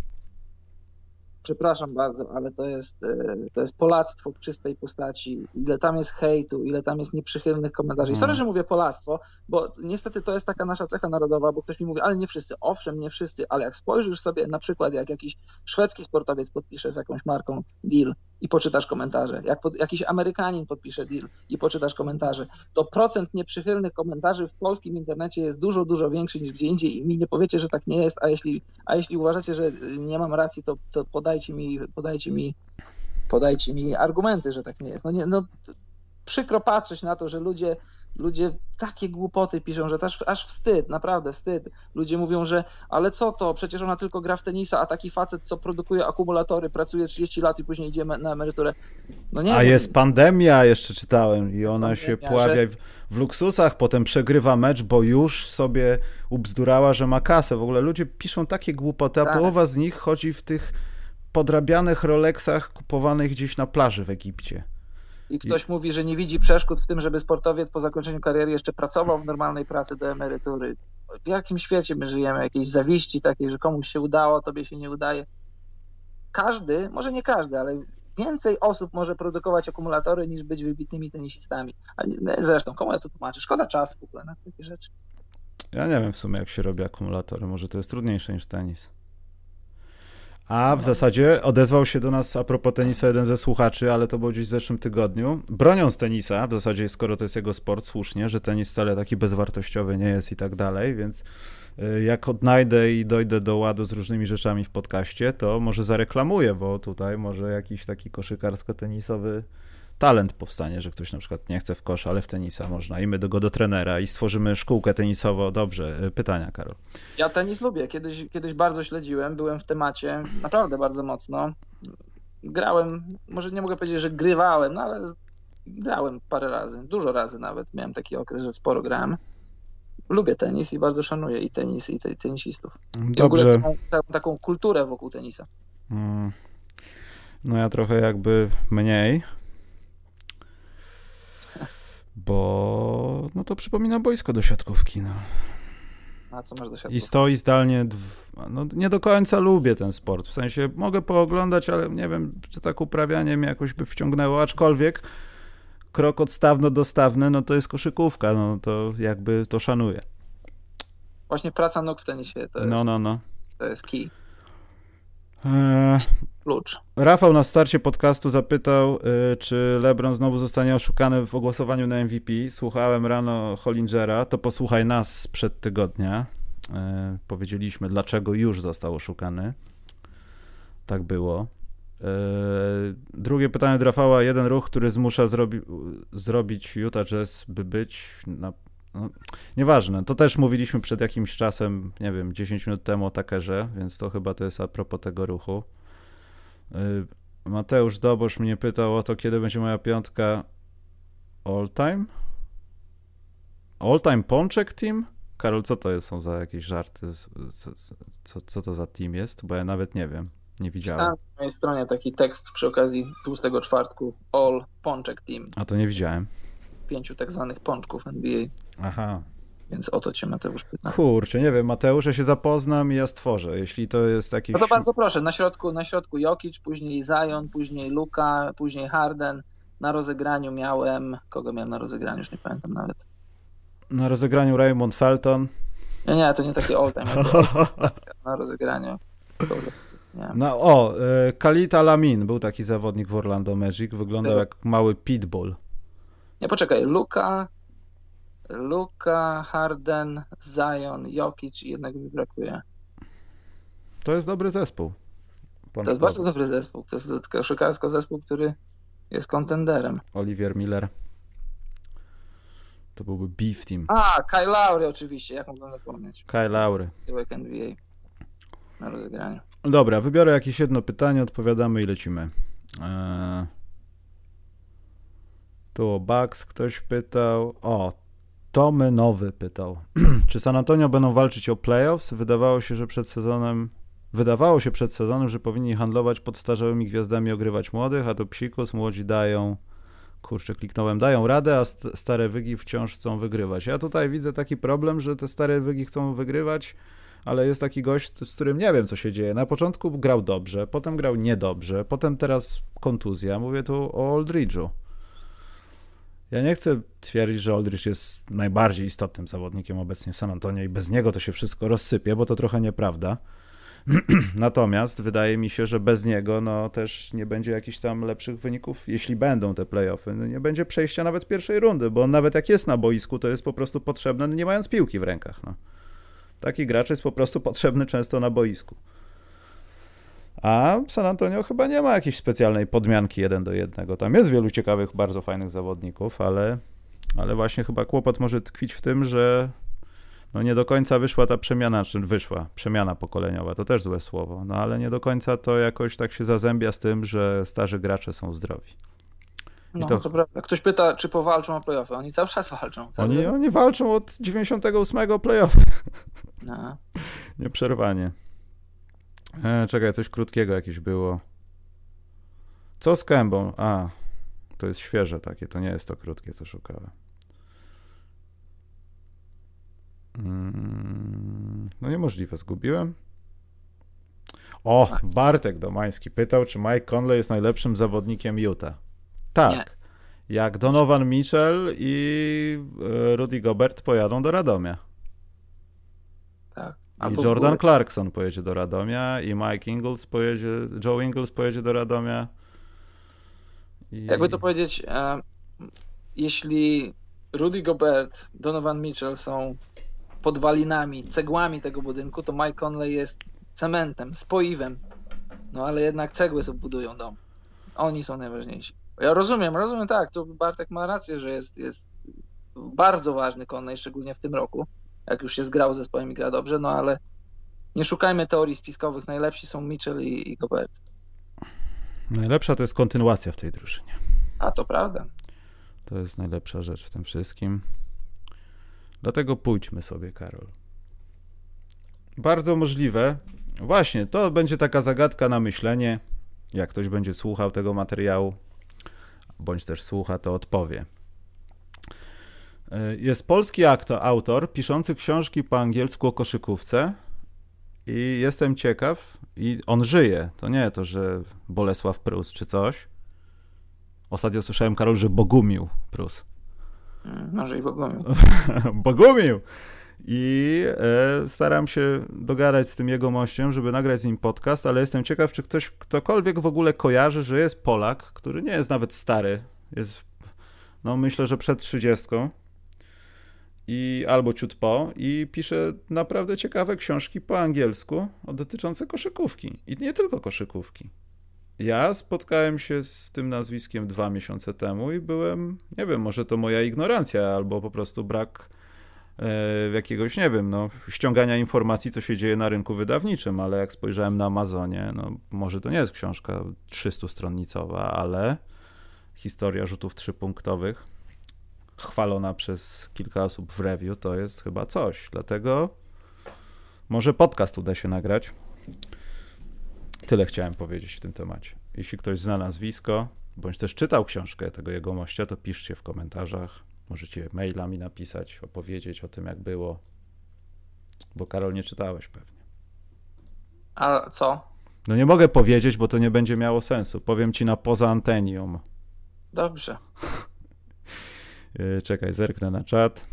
Speaker 2: Przepraszam bardzo, ale to jest, to jest polactwo w czystej postaci. Ile tam jest hejtu, ile tam jest nieprzychylnych komentarzy. I sorry, że mówię polactwo, bo niestety to jest taka nasza cecha narodowa, bo ktoś mi mówi, ale nie wszyscy. Owszem, nie wszyscy, ale jak spojrzysz sobie na przykład, jak jakiś szwedzki sportowiec podpisze z jakąś marką deal i poczytasz komentarze, jak pod, jakiś Amerykanin podpisze deal i poczytasz komentarze, to procent nieprzychylnych komentarzy w polskim internecie jest dużo, dużo większy niż gdzie indziej i mi nie powiecie, że tak nie jest, a jeśli, a jeśli uważacie, że nie mam racji, to, to podajcie mi, podajcie mi, podajcie mi argumenty, że tak nie jest. No, nie, no przykro patrzeć na to, że ludzie, ludzie takie głupoty piszą, że aż, aż wstyd, naprawdę wstyd. Ludzie mówią, że ale co to, przecież ona tylko gra w tenisa, a taki facet, co produkuje akumulatory, pracuje trzydzieści lat i później idzie na emeryturę. No nie
Speaker 1: a
Speaker 2: wiem.
Speaker 1: jest pandemia, jeszcze czytałem, i ona
Speaker 2: pandemia,
Speaker 1: się pławia
Speaker 2: że...
Speaker 1: w, w luksusach, potem przegrywa mecz, bo już sobie ubzdurała, że ma kasę. W ogóle ludzie piszą takie głupoty, a
Speaker 2: tak.
Speaker 1: połowa z nich chodzi w tych podrabianych Rolexach kupowanych gdzieś na plaży w Egipcie.
Speaker 2: I ktoś I... mówi, że nie widzi przeszkód w tym, żeby sportowiec po zakończeniu kariery jeszcze pracował w normalnej pracy do emerytury. W jakim świecie my żyjemy? Jakiejś zawiści takiej, że komuś się udało, tobie się nie udaje. Każdy, może nie każdy, ale więcej osób może produkować akumulatory niż być wybitnymi tenisistami. Zresztą, komu ja to tłumaczę? Szkoda czasu w ogóle na takie rzeczy.
Speaker 1: Ja nie wiem w sumie, jak się robi akumulatory. Może to jest trudniejsze niż tenis. A w zasadzie odezwał się do nas a propos tenisa jeden ze słuchaczy, ale to było gdzieś w zeszłym tygodniu. Broniąc tenisa, w zasadzie skoro to jest jego sport, słusznie, że tenis wcale taki bezwartościowy nie jest i tak dalej, więc jak odnajdę i dojdę do ładu z różnymi rzeczami w podcaście, to może zareklamuję, bo tutaj może jakiś taki koszykarsko-tenisowy talent powstanie, że ktoś na przykład nie chce w kosz, ale w tenisa można i my do go do trenera i stworzymy szkółkę tenisową. Dobrze, pytania, Karol.
Speaker 2: Ja tenis lubię, kiedyś, kiedyś bardzo śledziłem, byłem w temacie naprawdę bardzo mocno. Grałem, może nie mogę powiedzieć, że grywałem, no ale grałem parę razy, dużo razy nawet. Miałem taki okres, że sporo grałem. Lubię tenis i bardzo szanuję i tenis, i te, tenisistów. I w ogóle całą, całą taką kulturę wokół tenisa.
Speaker 1: Hmm. No ja trochę jakby mniej. Bo no to przypomina boisko do siatkówki. No.
Speaker 2: A co masz do siatkówki?
Speaker 1: I stoi zdalnie, no nie do końca lubię ten sport, w sensie mogę pooglądać, ale nie wiem, czy tak uprawianie mnie jakoś by wciągnęło, aczkolwiek krok od stawno do stawny, no to jest koszykówka, no to jakby to szanuję.
Speaker 2: Właśnie praca nóg w tenisie to jest,
Speaker 1: no, no, no.
Speaker 2: To jest key.
Speaker 1: Eee...
Speaker 2: Klucz.
Speaker 1: Rafał na starcie podcastu zapytał, y, czy LeBron znowu zostanie oszukany w ogłosowaniu na M V P. Słuchałem rano Hollingera, to posłuchaj nas sprzed tygodnia. Y, powiedzieliśmy, dlaczego już został oszukany. Tak było. Y, drugie pytanie od Rafała. Jeden ruch, który zmusza zrobi, zrobić Utah Jazz, by być na... No, nieważne, to też mówiliśmy przed jakimś czasem, nie wiem, dziesięć minut temu o Tuckerze, więc to chyba to jest a propos tego ruchu. Mateusz Dobosz mnie pytał o to, kiedy będzie moja piątka all time? All time Pączek Team? Karol, co to jest, są za jakieś żarty? Co, co, co to za team jest? Bo ja nawet nie wiem, nie widziałem.
Speaker 2: Pisałem na mojej stronie taki tekst przy okazji tłustego czwartku All Pączek Team.
Speaker 1: A to nie widziałem.
Speaker 2: Pięciu tak zwanych pączków N B A.
Speaker 1: Aha.
Speaker 2: Więc o to cię, Mateusz, pyta.
Speaker 1: Kurczę, nie wiem, Mateusz, ja się zapoznam i ja stworzę, jeśli to jest jakiś...
Speaker 2: No to bardzo proszę, na środku, na środku Jokic, później Zion, później Luka, później Harden. Na rozegraniu miałem... Kogo miałem na rozegraniu? Już nie pamiętam nawet.
Speaker 1: Na rozegraniu Raymond Felton.
Speaker 2: Nie, nie, to nie takie all-time. Na rozegraniu... Nie.
Speaker 1: No, o, Khalid Al-Amin był taki zawodnik w Orlando Magic, wyglądał Był. jak mały pitbull.
Speaker 2: Nie, poczekaj, Luka... Luka, Harden, Zion, Jokic i jednego mi brakuje.
Speaker 1: To jest dobry zespół.
Speaker 2: To jest bardzo dobry zespół. To jest koszykarsko zespół, który jest kontenderem.
Speaker 1: Oliver Miller. To byłby beef team.
Speaker 2: A, Kyle Lowry oczywiście, jak mogłem zapomnieć.
Speaker 1: Kyle Lowry.
Speaker 2: Tyłek N B A na rozegraniu.
Speaker 1: Dobra, wybiorę jakieś jedno pytanie, odpowiadamy i lecimy. Eee... Tu o Bucks ktoś pytał. O, Tomy Nowy pytał. Czy San Antonio będą walczyć o playoffs? Wydawało się, że przed sezonem Wydawało się przed sezonem, że powinni handlować podstarzałymi gwiazdami, ogrywać młodych, a to psikus, młodzi dają, kurczę, kliknąłem, dają radę, a st- stare wygi wciąż chcą wygrywać. Ja tutaj widzę taki problem, że te stare wygi chcą wygrywać, ale jest taki gość, z którym nie wiem, co się dzieje. Na początku grał dobrze, potem grał niedobrze, potem teraz kontuzja. Mówię tu o Aldridge'u. Ja nie chcę twierdzić, że Aldridge jest najbardziej istotnym zawodnikiem obecnie w San Antonio i bez niego to się wszystko rozsypie, bo to trochę nieprawda. Natomiast wydaje mi się, że bez niego no też nie będzie jakichś tam lepszych wyników, jeśli będą te play-offy. No nie będzie przejścia nawet pierwszej rundy, bo on nawet jak jest na boisku, to jest po prostu potrzebny, no nie mając piłki w rękach. No. Taki gracz jest po prostu potrzebny często na boisku. A San Antonio chyba nie ma jakiejś specjalnej podmianki jeden do jednego. Tam jest wielu ciekawych, bardzo fajnych zawodników, ale, ale właśnie chyba kłopot może tkwić w tym, że no nie do końca wyszła ta przemiana, czy wyszła przemiana pokoleniowa, to też złe słowo, no ale nie do końca to jakoś tak się zazębia z tym, że starzy gracze są zdrowi.
Speaker 2: I no to... to prawda. Ktoś pyta, czy powalczą o play-offy. Oni cały czas walczą. Cały
Speaker 1: oni, oni walczą od dziewięćdziesiątego ósmego play-offy. No. Nieprzerwanie. E, czekaj, coś krótkiego jakieś było. Co z Kembą? A, to jest świeże takie, to nie jest to krótkie, co szukałem. Mm, no niemożliwe, zgubiłem. O, Bartek Domański pytał, czy Mike Conley jest najlepszym zawodnikiem Utah. Tak. Nie. Jak Donovan Mitchell i Rudy Gobert pojadą do Radomia.
Speaker 2: Tak.
Speaker 1: I Jordan Clarkson pojedzie do Radomia i Mike Ingles pojedzie, Joe Ingles pojedzie do Radomia. I...
Speaker 2: Jakby to powiedzieć, e, jeśli Rudy Gobert, Donovan Mitchell są podwalinami, cegłami tego budynku, to Mike Conley jest cementem, spoiwem. No ale jednak cegły sobie budują dom. Oni są najważniejsi. Ja rozumiem, rozumiem, tak, tu Bartek ma rację, że jest, jest bardzo ważny Conley, szczególnie w tym roku, jak już się zgrał z zespołem i gra dobrze, no ale nie szukajmy teorii spiskowych, najlepsi są Mitchell i, i Gobert.
Speaker 1: Najlepsza to jest kontynuacja w tej drużynie.
Speaker 2: A, to prawda.
Speaker 1: To jest najlepsza rzecz w tym wszystkim. Dlatego pójdźmy sobie, Karol. Bardzo możliwe. Właśnie, to będzie taka zagadka na myślenie. Jak ktoś będzie słuchał tego materiału, bądź też słucha, to odpowie. Jest polski autor piszący książki po angielsku o koszykówce i jestem ciekaw, i on żyje. To nie to, że Bolesław Prus czy coś. Ostatnio słyszałem, Karol, że Bogumił Prus.
Speaker 2: Może i Bogumił.
Speaker 1: Bogumił! I e, staram się dogadać z tym jego mościem, żeby nagrać z nim podcast, ale jestem ciekaw, czy ktoś, ktokolwiek w ogóle kojarzy, że jest Polak, który nie jest nawet stary, jest, no myślę, że przed trzydziestką i albo ciut po i pisze naprawdę ciekawe książki po angielsku dotyczące koszykówki i nie tylko koszykówki. Ja spotkałem się z tym nazwiskiem dwa miesiące temu i byłem, nie wiem, może to moja ignorancja albo po prostu brak jakiegoś, nie wiem, no, ściągania informacji, co się dzieje na rynku wydawniczym, ale jak spojrzałem na Amazonie, no może to nie jest książka trzystustronicowa, ale historia rzutów trzypunktowych chwalona przez kilka osób w review, to jest chyba coś, dlatego może podcast uda się nagrać. Tyle chciałem powiedzieć w tym temacie. Jeśli ktoś zna nazwisko, bądź też czytał książkę tego jego mościa, to piszcie w komentarzach. Możecie maila mi napisać, opowiedzieć o tym, jak było. Bo Karol, nie czytałeś pewnie.
Speaker 2: A co?
Speaker 1: No nie mogę powiedzieć, bo to nie będzie miało sensu. Powiem ci na poza antenium.
Speaker 2: Dobrze.
Speaker 1: Czekaj, zerknę na czat.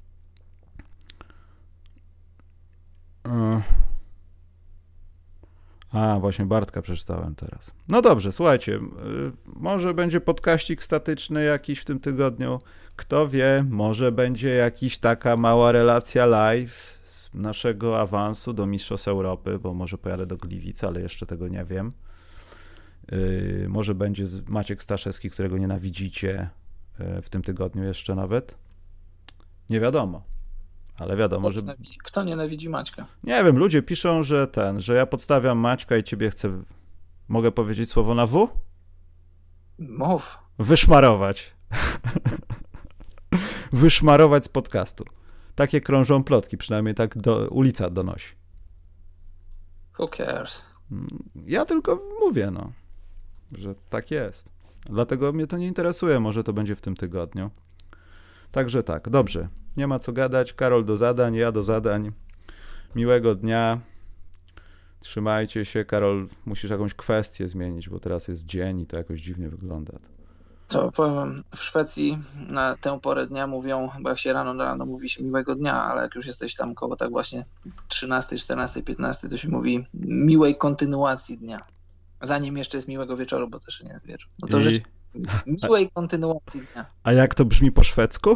Speaker 1: A, właśnie Bartka przeczytałem teraz. No dobrze, słuchajcie, może będzie podkaścik statyczny jakiś w tym tygodniu. Kto wie, może będzie jakaś taka mała relacja live z naszego awansu do Mistrzostw Europy, bo może pojadę do Gliwic, ale jeszcze tego nie wiem. Yy, może będzie Maciek Staszewski, którego nienawidzicie w tym tygodniu jeszcze nawet. Nie wiadomo. Ale wiadomo,
Speaker 2: kto
Speaker 1: że...
Speaker 2: Nienawidzi, kto nienawidzi Maćka?
Speaker 1: Nie wiem, ludzie piszą, że ten, że ja podstawiam Maćka i ciebie chcę... Mogę powiedzieć słowo na W?
Speaker 2: Mów.
Speaker 1: Wyszmarować. Wyszmarować z podcastu. Takie krążą plotki, przynajmniej tak do, ulica donosi.
Speaker 2: Who cares?
Speaker 1: Ja tylko mówię, no, że tak jest. Dlatego mnie to nie interesuje, może to będzie w tym tygodniu. Także tak, dobrze. Nie ma co gadać. Karol do zadań, ja do zadań. Miłego dnia. Trzymajcie się. Karol, musisz jakąś kwestię zmienić, bo teraz jest dzień i to jakoś dziwnie wygląda.
Speaker 2: To powiem, w Szwecji na tę porę dnia mówią, bo jak się rano rano mówi się miłego dnia, ale jak już jesteś tam koło tak właśnie trzynastej, czternastej, piętnastej, to się mówi miłej kontynuacji dnia. Zanim jeszcze jest miłego wieczoru, bo też nie jest wieczór. No to
Speaker 1: I...
Speaker 2: życzę miłej kontynuacji dnia.
Speaker 1: A jak to brzmi po szwedzku?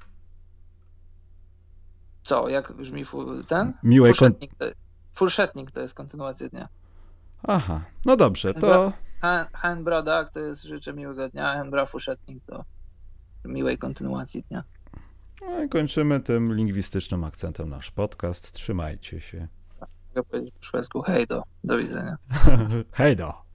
Speaker 2: Co, jak brzmi fu- ten?
Speaker 1: Miłej
Speaker 2: Fuszetnik, to, fuszetnik to jest kontynuacja dnia.
Speaker 1: Aha, no dobrze, to...
Speaker 2: Hen Brodak to jest życzę miłego dnia, Hen Bra Fuszetnik to miłej kontynuacji dnia.
Speaker 1: No i kończymy tym lingwistycznym akcentem nasz podcast. Trzymajcie się.
Speaker 2: Mogę powiedzieć po szwedzku hej do, do widzenia.
Speaker 1: Hej do.